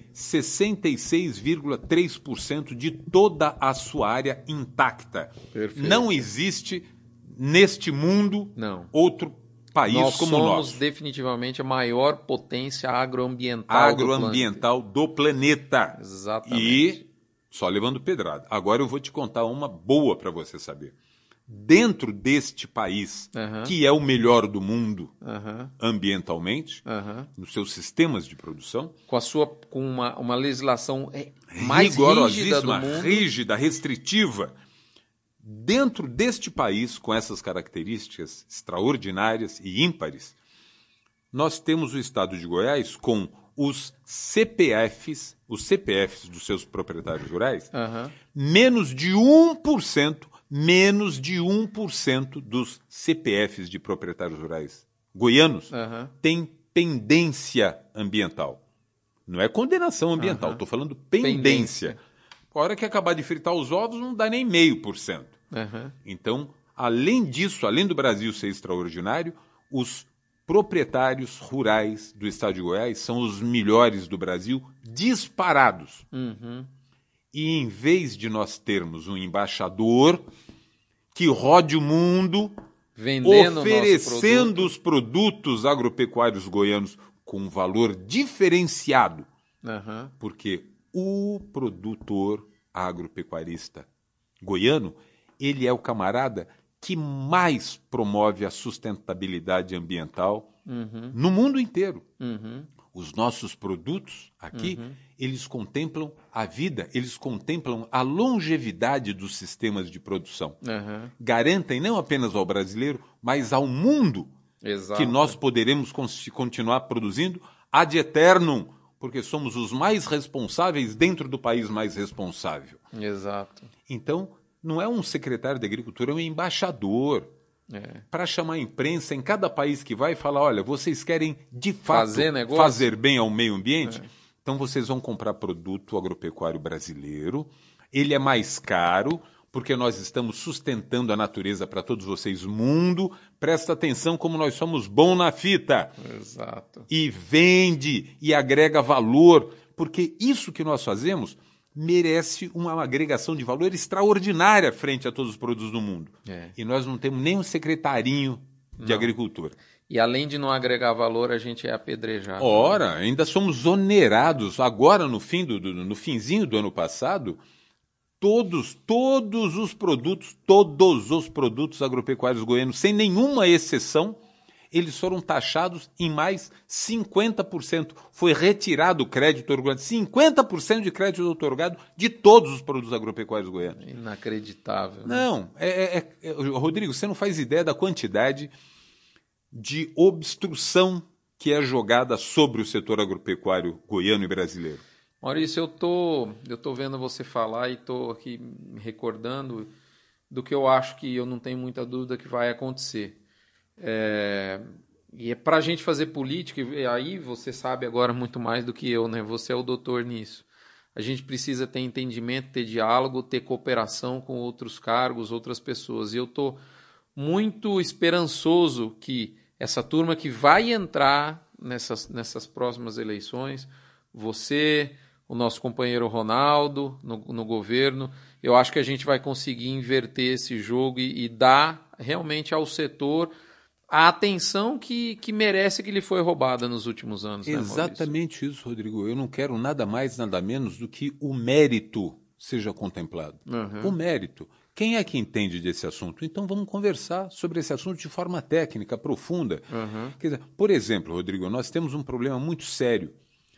66,3% de toda a sua área intacta. Perfeito. Não existe neste mundo outro país como o nosso. Nós somos definitivamente a maior potência agroambiental do planeta. Exatamente. E só levando pedrada. Agora eu vou te contar uma boa para você saber. Dentro deste país, que é o melhor do mundo ambientalmente, nos seus sistemas de produção, com uma legislação mais rígida do mundo, rígida, restritiva, dentro deste país, com essas características extraordinárias e ímpares, nós temos o estado de Goiás com os CPFs dos seus proprietários rurais, menos de 1% dos CPFs de proprietários rurais goianos tem pendência ambiental. Não é condenação ambiental, estou falando pendência. A hora que acabar de fritar os ovos, não dá nem 0,5%. Então, além disso, além do Brasil ser extraordinário, os proprietários rurais do estado de Goiás são os melhores do Brasil, disparados. E em vez de nós termos um embaixador que rode o mundo oferecendo os produtos agropecuários goianos com um valor diferenciado, porque o produtor agropecuarista goiano, ele é o camarada que mais promove a sustentabilidade ambiental no mundo inteiro. Os nossos produtos aqui, eles contemplam a vida, eles contemplam a longevidade dos sistemas de produção. Garantem não apenas ao brasileiro, mas ao mundo que nós poderemos continuar produzindo ad eternum, porque somos os mais responsáveis dentro do país mais responsável. Exato. Então, não é um secretário de Agricultura, é um embaixador. Para chamar a imprensa em cada país que vai e falar, olha, vocês querem de fato fazer bem ao meio ambiente? Então vocês vão comprar produto agropecuário brasileiro, ele é mais caro, porque nós estamos sustentando a natureza para todos vocês, mundo, presta atenção como nós somos bons na fita. Exato. E vende, e agrega valor, porque isso que nós fazemos merece uma agregação de valor extraordinária frente a todos os produtos do mundo. E nós não temos nem um secretarinho de agricultura. E além de não agregar valor, a gente é apedrejado. Ora, ainda somos onerados. Agora, no finzinho do ano passado, todos os produtos agropecuários goianos, sem nenhuma exceção, eles foram taxados em mais 50%. Foi retirado o crédito otorgado, 50% de crédito otorgado de todos os produtos agropecuários goianos. Inacreditável. Né? Não, Rodrigo, você não faz ideia da quantidade de obstrução que é jogada sobre o setor agropecuário goiano e brasileiro. Maurício, eu tô vendo você falar e tô aqui me recordando do que eu acho que eu não tenho muita dúvida que vai acontecer. E é para a gente fazer política, e aí você sabe agora muito mais do que eu, né? Você é o doutor nisso. A gente precisa ter entendimento, ter diálogo, ter cooperação com outros cargos, outras pessoas. E eu estou muito esperançoso que essa turma que vai entrar nessas próximas eleições, você, o nosso companheiro Ronaldo, no governo, eu acho que a gente vai conseguir inverter esse jogo e dar realmente ao setor a atenção que merece, que lhe foi roubada nos últimos anos. Exatamente isso, Rodrigo. Eu não quero nada mais, nada menos do que o mérito seja contemplado. O mérito. Quem é que entende desse assunto? Então vamos conversar sobre esse assunto de forma técnica, profunda. Quer dizer, por exemplo, Rodrigo, nós temos um problema muito sério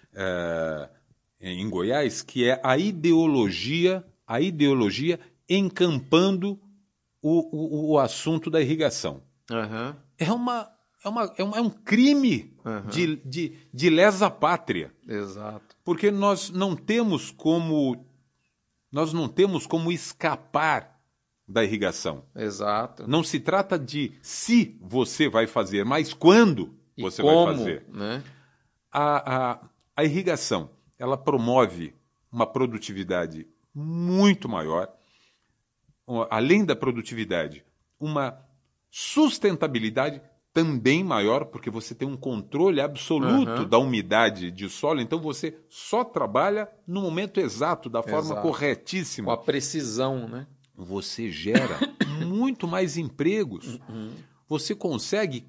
em Goiás, que é a ideologia encampando o assunto da irrigação. É um crime de lesa pátria. Exato. Porque nós não temos como escapar da irrigação. Exato. Não se trata de se você vai fazer, mas quando você vai fazer. Né? A irrigação, ela promove uma produtividade muito maior, além da produtividade, uma sustentabilidade também maior, porque você tem um controle absoluto da umidade de solo, então você só trabalha no momento exato, da forma corretíssima. Com a precisão, né? Você gera muito mais empregos. Você consegue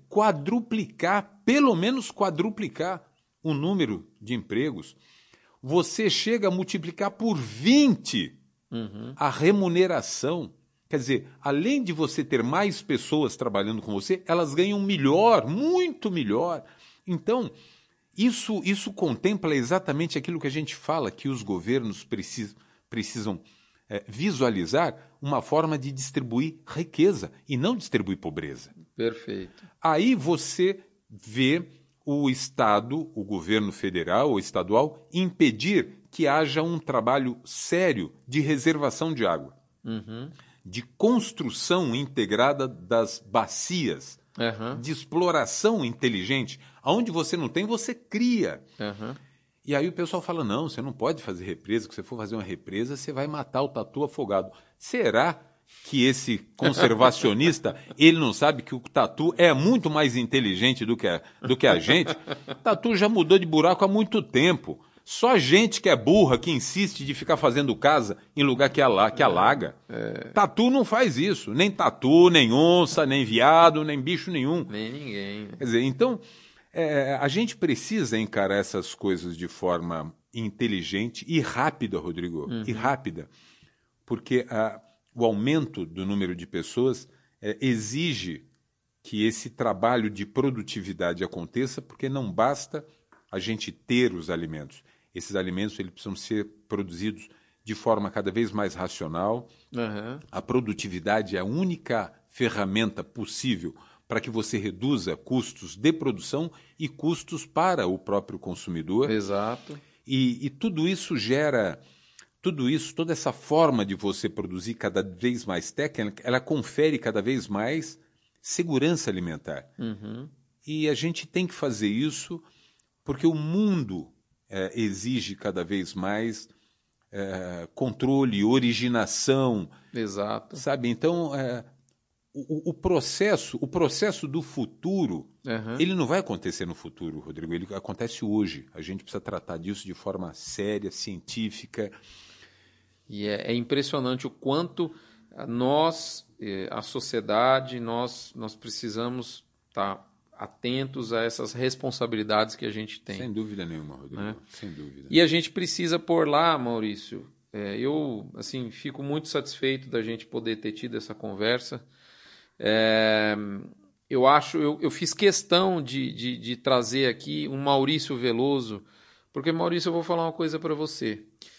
pelo menos quadruplicar o número de empregos. Você chega a multiplicar por 20 a remuneração. Quer dizer, além de você ter mais pessoas trabalhando com você, elas ganham melhor, muito melhor. Então, isso contempla exatamente aquilo que a gente fala, que os governos precisam visualizar uma forma de distribuir riqueza e não distribuir pobreza. Perfeito. Aí você vê o Estado, o governo federal ou estadual, impedir que haja um trabalho sério de reservação de água. De construção integrada das bacias, de exploração inteligente. Onde você não tem, você cria. E aí o pessoal fala, não, você não pode fazer represa, que se você for fazer uma represa, você vai matar o tatu afogado. Será que esse conservacionista, ele não sabe que o tatu é muito mais inteligente do que a gente? O tatu já mudou de buraco há muito tempo. Só gente que é burra, que insiste de ficar fazendo casa em lugar que alaga. Tatu não faz isso. Nem tatu, nem onça, nem viado, nem bicho nenhum. Nem ninguém. Quer dizer, então, a gente precisa encarar essas coisas de forma inteligente e rápida, Rodrigo. E rápida. Porque o aumento do número de pessoas exige que esse trabalho de produtividade aconteça, porque não basta a gente ter os alimentos. Esses alimentos eles precisam ser produzidos de forma cada vez mais racional. Uhum. A produtividade é a única ferramenta possível para que você reduza custos de produção e custos para o próprio consumidor. Exato. E tudo isso gera, toda essa forma de você produzir cada vez mais técnica, ela confere cada vez mais segurança alimentar. Uhum. E a gente tem que fazer isso porque o mundo exige cada vez mais controle, originação. Exato. Sabe? Então, o processo do futuro, Uhum. ele não vai acontecer no futuro, Rodrigo, ele acontece hoje. A gente precisa tratar disso de forma séria, científica. E é impressionante o quanto nós, a sociedade, nós precisamos estar atentos a essas responsabilidades que a gente tem. Sem dúvida nenhuma, Rodrigo, sem dúvida. E a gente precisa pôr lá, Maurício, eu assim, fico muito satisfeito da gente poder ter tido essa conversa. Eu fiz questão de trazer aqui um Maurício Veloso, porque, Maurício, eu vou falar uma coisa para você.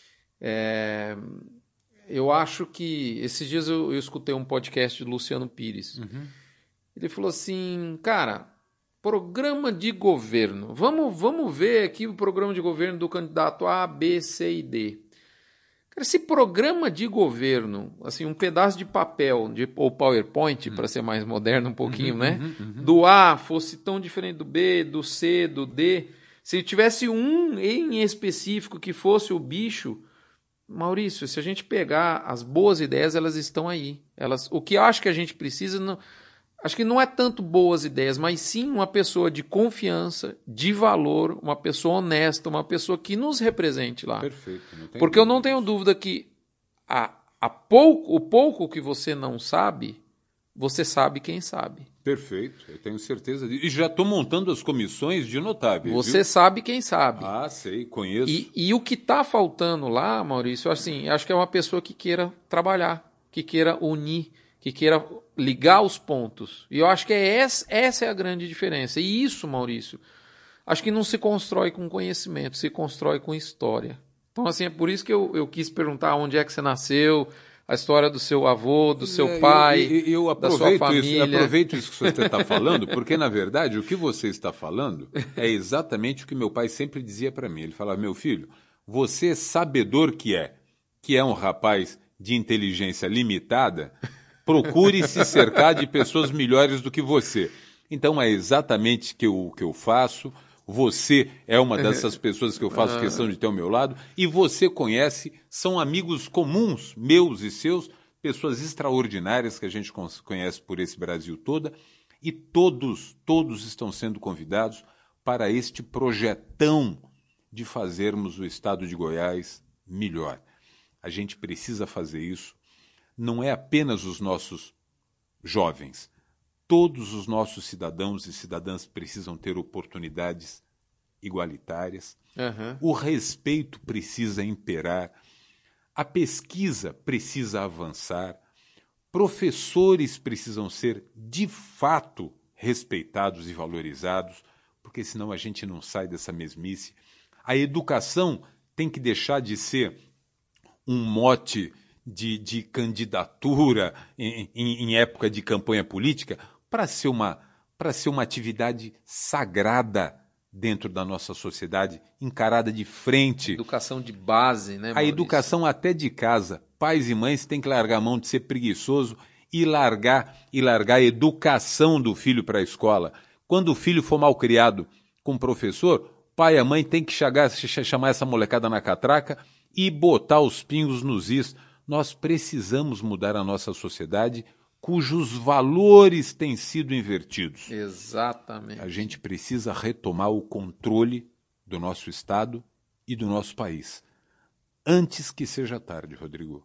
Eu acho que esses dias eu escutei um podcast do Luciano Pires. Uhum. Ele falou assim, cara, programa de governo. Vamos ver aqui o programa de governo do candidato A, B, C e D. Cara, esse programa de governo, assim, um pedaço de papel, ou PowerPoint, para ser mais moderno um pouquinho, né? Do A fosse tão diferente do B, do C, do D. Se tivesse um em específico que fosse o bicho, Maurício, se a gente pegar as boas ideias, elas estão aí. O que eu acho que a gente precisa, acho que não é tanto boas ideias, mas sim uma pessoa de confiança, de valor, uma pessoa honesta, uma pessoa que nos represente lá. Perfeito. Porque eu não tenho dúvida que o pouco que você não sabe, você sabe quem sabe. Perfeito, eu tenho certeza disso. E já estou montando as comissões de notáveis. Você viu? sabe quem sabe. Ah, sei, conheço. E o que está faltando lá, Maurício, assim, acho que é uma pessoa que queira trabalhar, que queira unir, que queira ligar os pontos. E eu acho que essa é a grande diferença. E isso, Maurício, acho que não se constrói com conhecimento, se constrói com história. Então, assim, é por isso que eu quis perguntar onde é que você nasceu, a história do seu avô, do seu pai, eu da sua família. aproveito isso que você está falando, porque, na verdade, o que você está falando é exatamente o que meu pai sempre dizia para mim. Ele falava, meu filho, você sabedor que é um rapaz de inteligência limitada, procure se cercar de pessoas melhores do que você. Então, é exatamente o que eu faço. Você é uma dessas pessoas que eu faço questão de ter ao meu lado, e você conhece, são amigos comuns, meus e seus, pessoas extraordinárias que a gente conhece por esse Brasil todo, e todos estão sendo convidados para este projetão de fazermos o estado de Goiás melhor. A gente precisa fazer isso, não é apenas os nossos jovens. Todos os nossos cidadãos e cidadãs precisam ter oportunidades igualitárias. Uhum. O respeito precisa imperar. A pesquisa precisa avançar. Professores precisam ser, de fato, respeitados e valorizados, porque senão a gente não sai dessa mesmice. A educação tem que deixar de ser um mote de candidatura em época de campanha política, para ser uma atividade sagrada dentro da nossa sociedade, encarada de frente. Educação de base, né, A Maurício? educação até de casa. Pais e mães têm que largar a mão de ser preguiçoso e largar a educação do filho para a escola. Quando o filho for mal criado com o professor, pai e a mãe têm que chamar essa molecada na catraca e botar os pingos nos is. Nós precisamos mudar a nossa sociedade cujos valores têm sido invertidos. Exatamente. A gente precisa retomar o controle do nosso Estado e do nosso país. Antes que seja tarde, Rodrigo.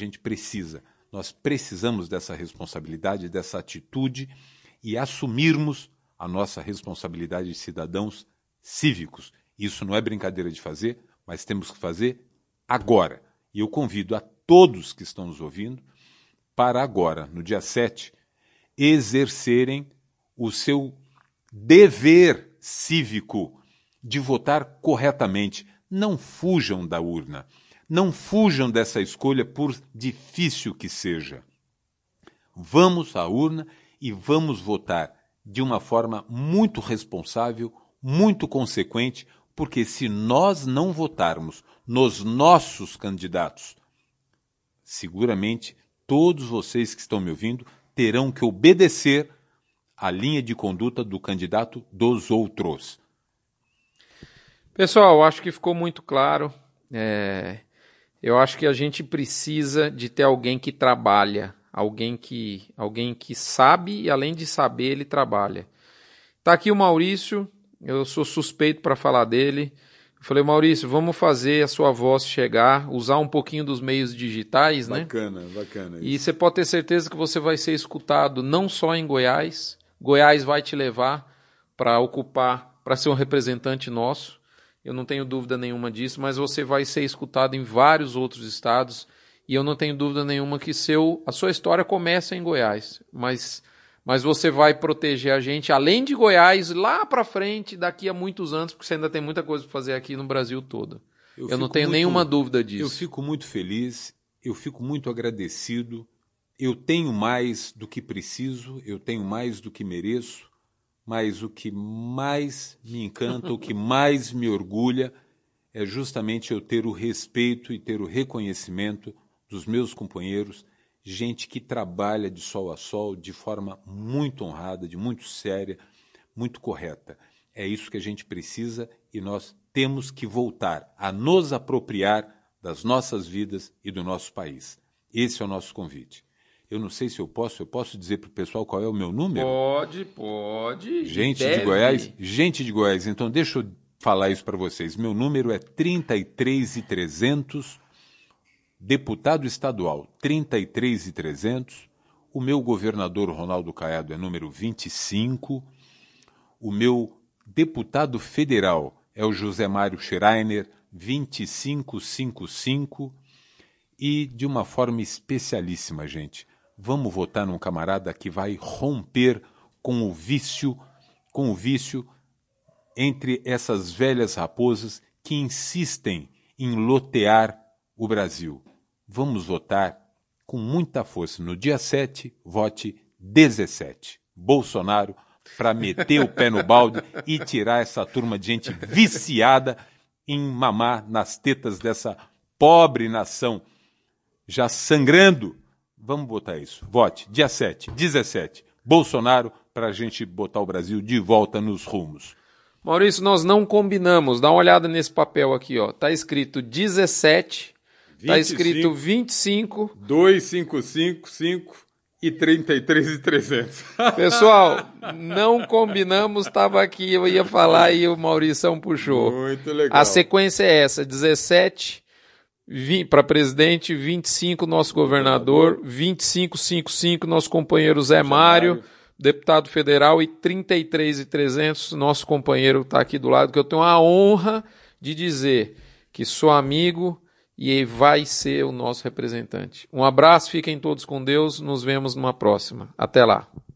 Nós precisamos dessa responsabilidade, dessa atitude e assumirmos a nossa responsabilidade de cidadãos cívicos. Isso não é brincadeira de fazer, mas temos que fazer agora. E eu convido a todos que estão nos ouvindo para agora, no dia 7, exercerem o seu dever cívico de votar corretamente. Não fujam da urna. Não fujam dessa escolha, por difícil que seja. Vamos à urna e vamos votar de uma forma muito responsável, muito consequente, porque se nós não votarmos nos nossos candidatos, seguramente todos vocês que estão me ouvindo terão que obedecer à linha de conduta do candidato dos outros. Pessoal, acho que ficou muito claro. Eu acho que a gente precisa de ter alguém que trabalha, alguém que sabe e, além de saber, ele trabalha. Está aqui o Maurício, eu sou suspeito para falar dele. Eu falei, Maurício, vamos fazer a sua voz chegar, usar um pouquinho dos meios digitais, né? Bacana, bacana. E você pode ter certeza que você vai ser escutado não só em Goiás. Goiás vai te levar para ser um representante nosso. Eu não tenho dúvida nenhuma disso, mas você vai ser escutado em vários outros estados e eu não tenho dúvida nenhuma que a sua história começa em Goiás, mas você vai proteger a gente, além de Goiás, lá para frente, daqui a muitos anos, porque você ainda tem muita coisa para fazer aqui no Brasil todo. Eu não tenho nenhuma dúvida disso. Eu fico muito feliz, eu fico muito agradecido, eu tenho mais do que preciso, eu tenho mais do que mereço, mas o que mais me encanta, o que mais me orgulha é justamente eu ter o respeito e ter o reconhecimento dos meus companheiros, gente que trabalha de sol a sol de forma muito honrada, de muito séria, muito correta. É isso que a gente precisa e nós temos que voltar a nos apropriar das nossas vidas e do nosso país. Esse é o nosso convite. Eu não sei se eu posso dizer para o pessoal qual é o meu número? Pode. Gente de Goiás, então deixa eu falar isso para vocês. Meu número é 33.300, deputado estadual 33.300, o meu governador Ronaldo Caiado é número 25, o meu deputado federal é o José Mário Schreiner, 2555, e de uma forma especialíssima, gente, vamos votar num camarada que vai romper com o vício entre essas velhas raposas que insistem em lotear o Brasil. Vamos votar com muita força. No dia 7, vote 17. Bolsonaro, para meter o pé no balde e tirar essa turma de gente viciada em mamar nas tetas dessa pobre nação já sangrando. Vamos botar isso. Vote dia 7, 17. Bolsonaro, para a gente botar o Brasil de volta nos rumos. Maurício, nós não combinamos. Dá uma olhada nesse papel aqui, ó. Tá escrito 17, 25, tá escrito 25, 2555 e 33.300. Pessoal, não combinamos, estava aqui, eu ia falar e o Maurição puxou. Muito legal. A sequência é essa: 17 para presidente, 25 nosso governador, 2555 nosso companheiro Zé Mário, deputado federal, e 33.300 nosso companheiro está aqui do lado, que eu tenho a honra de dizer que sou amigo e vai ser o nosso representante. Um abraço, fiquem todos com Deus, nos vemos numa próxima. Até lá.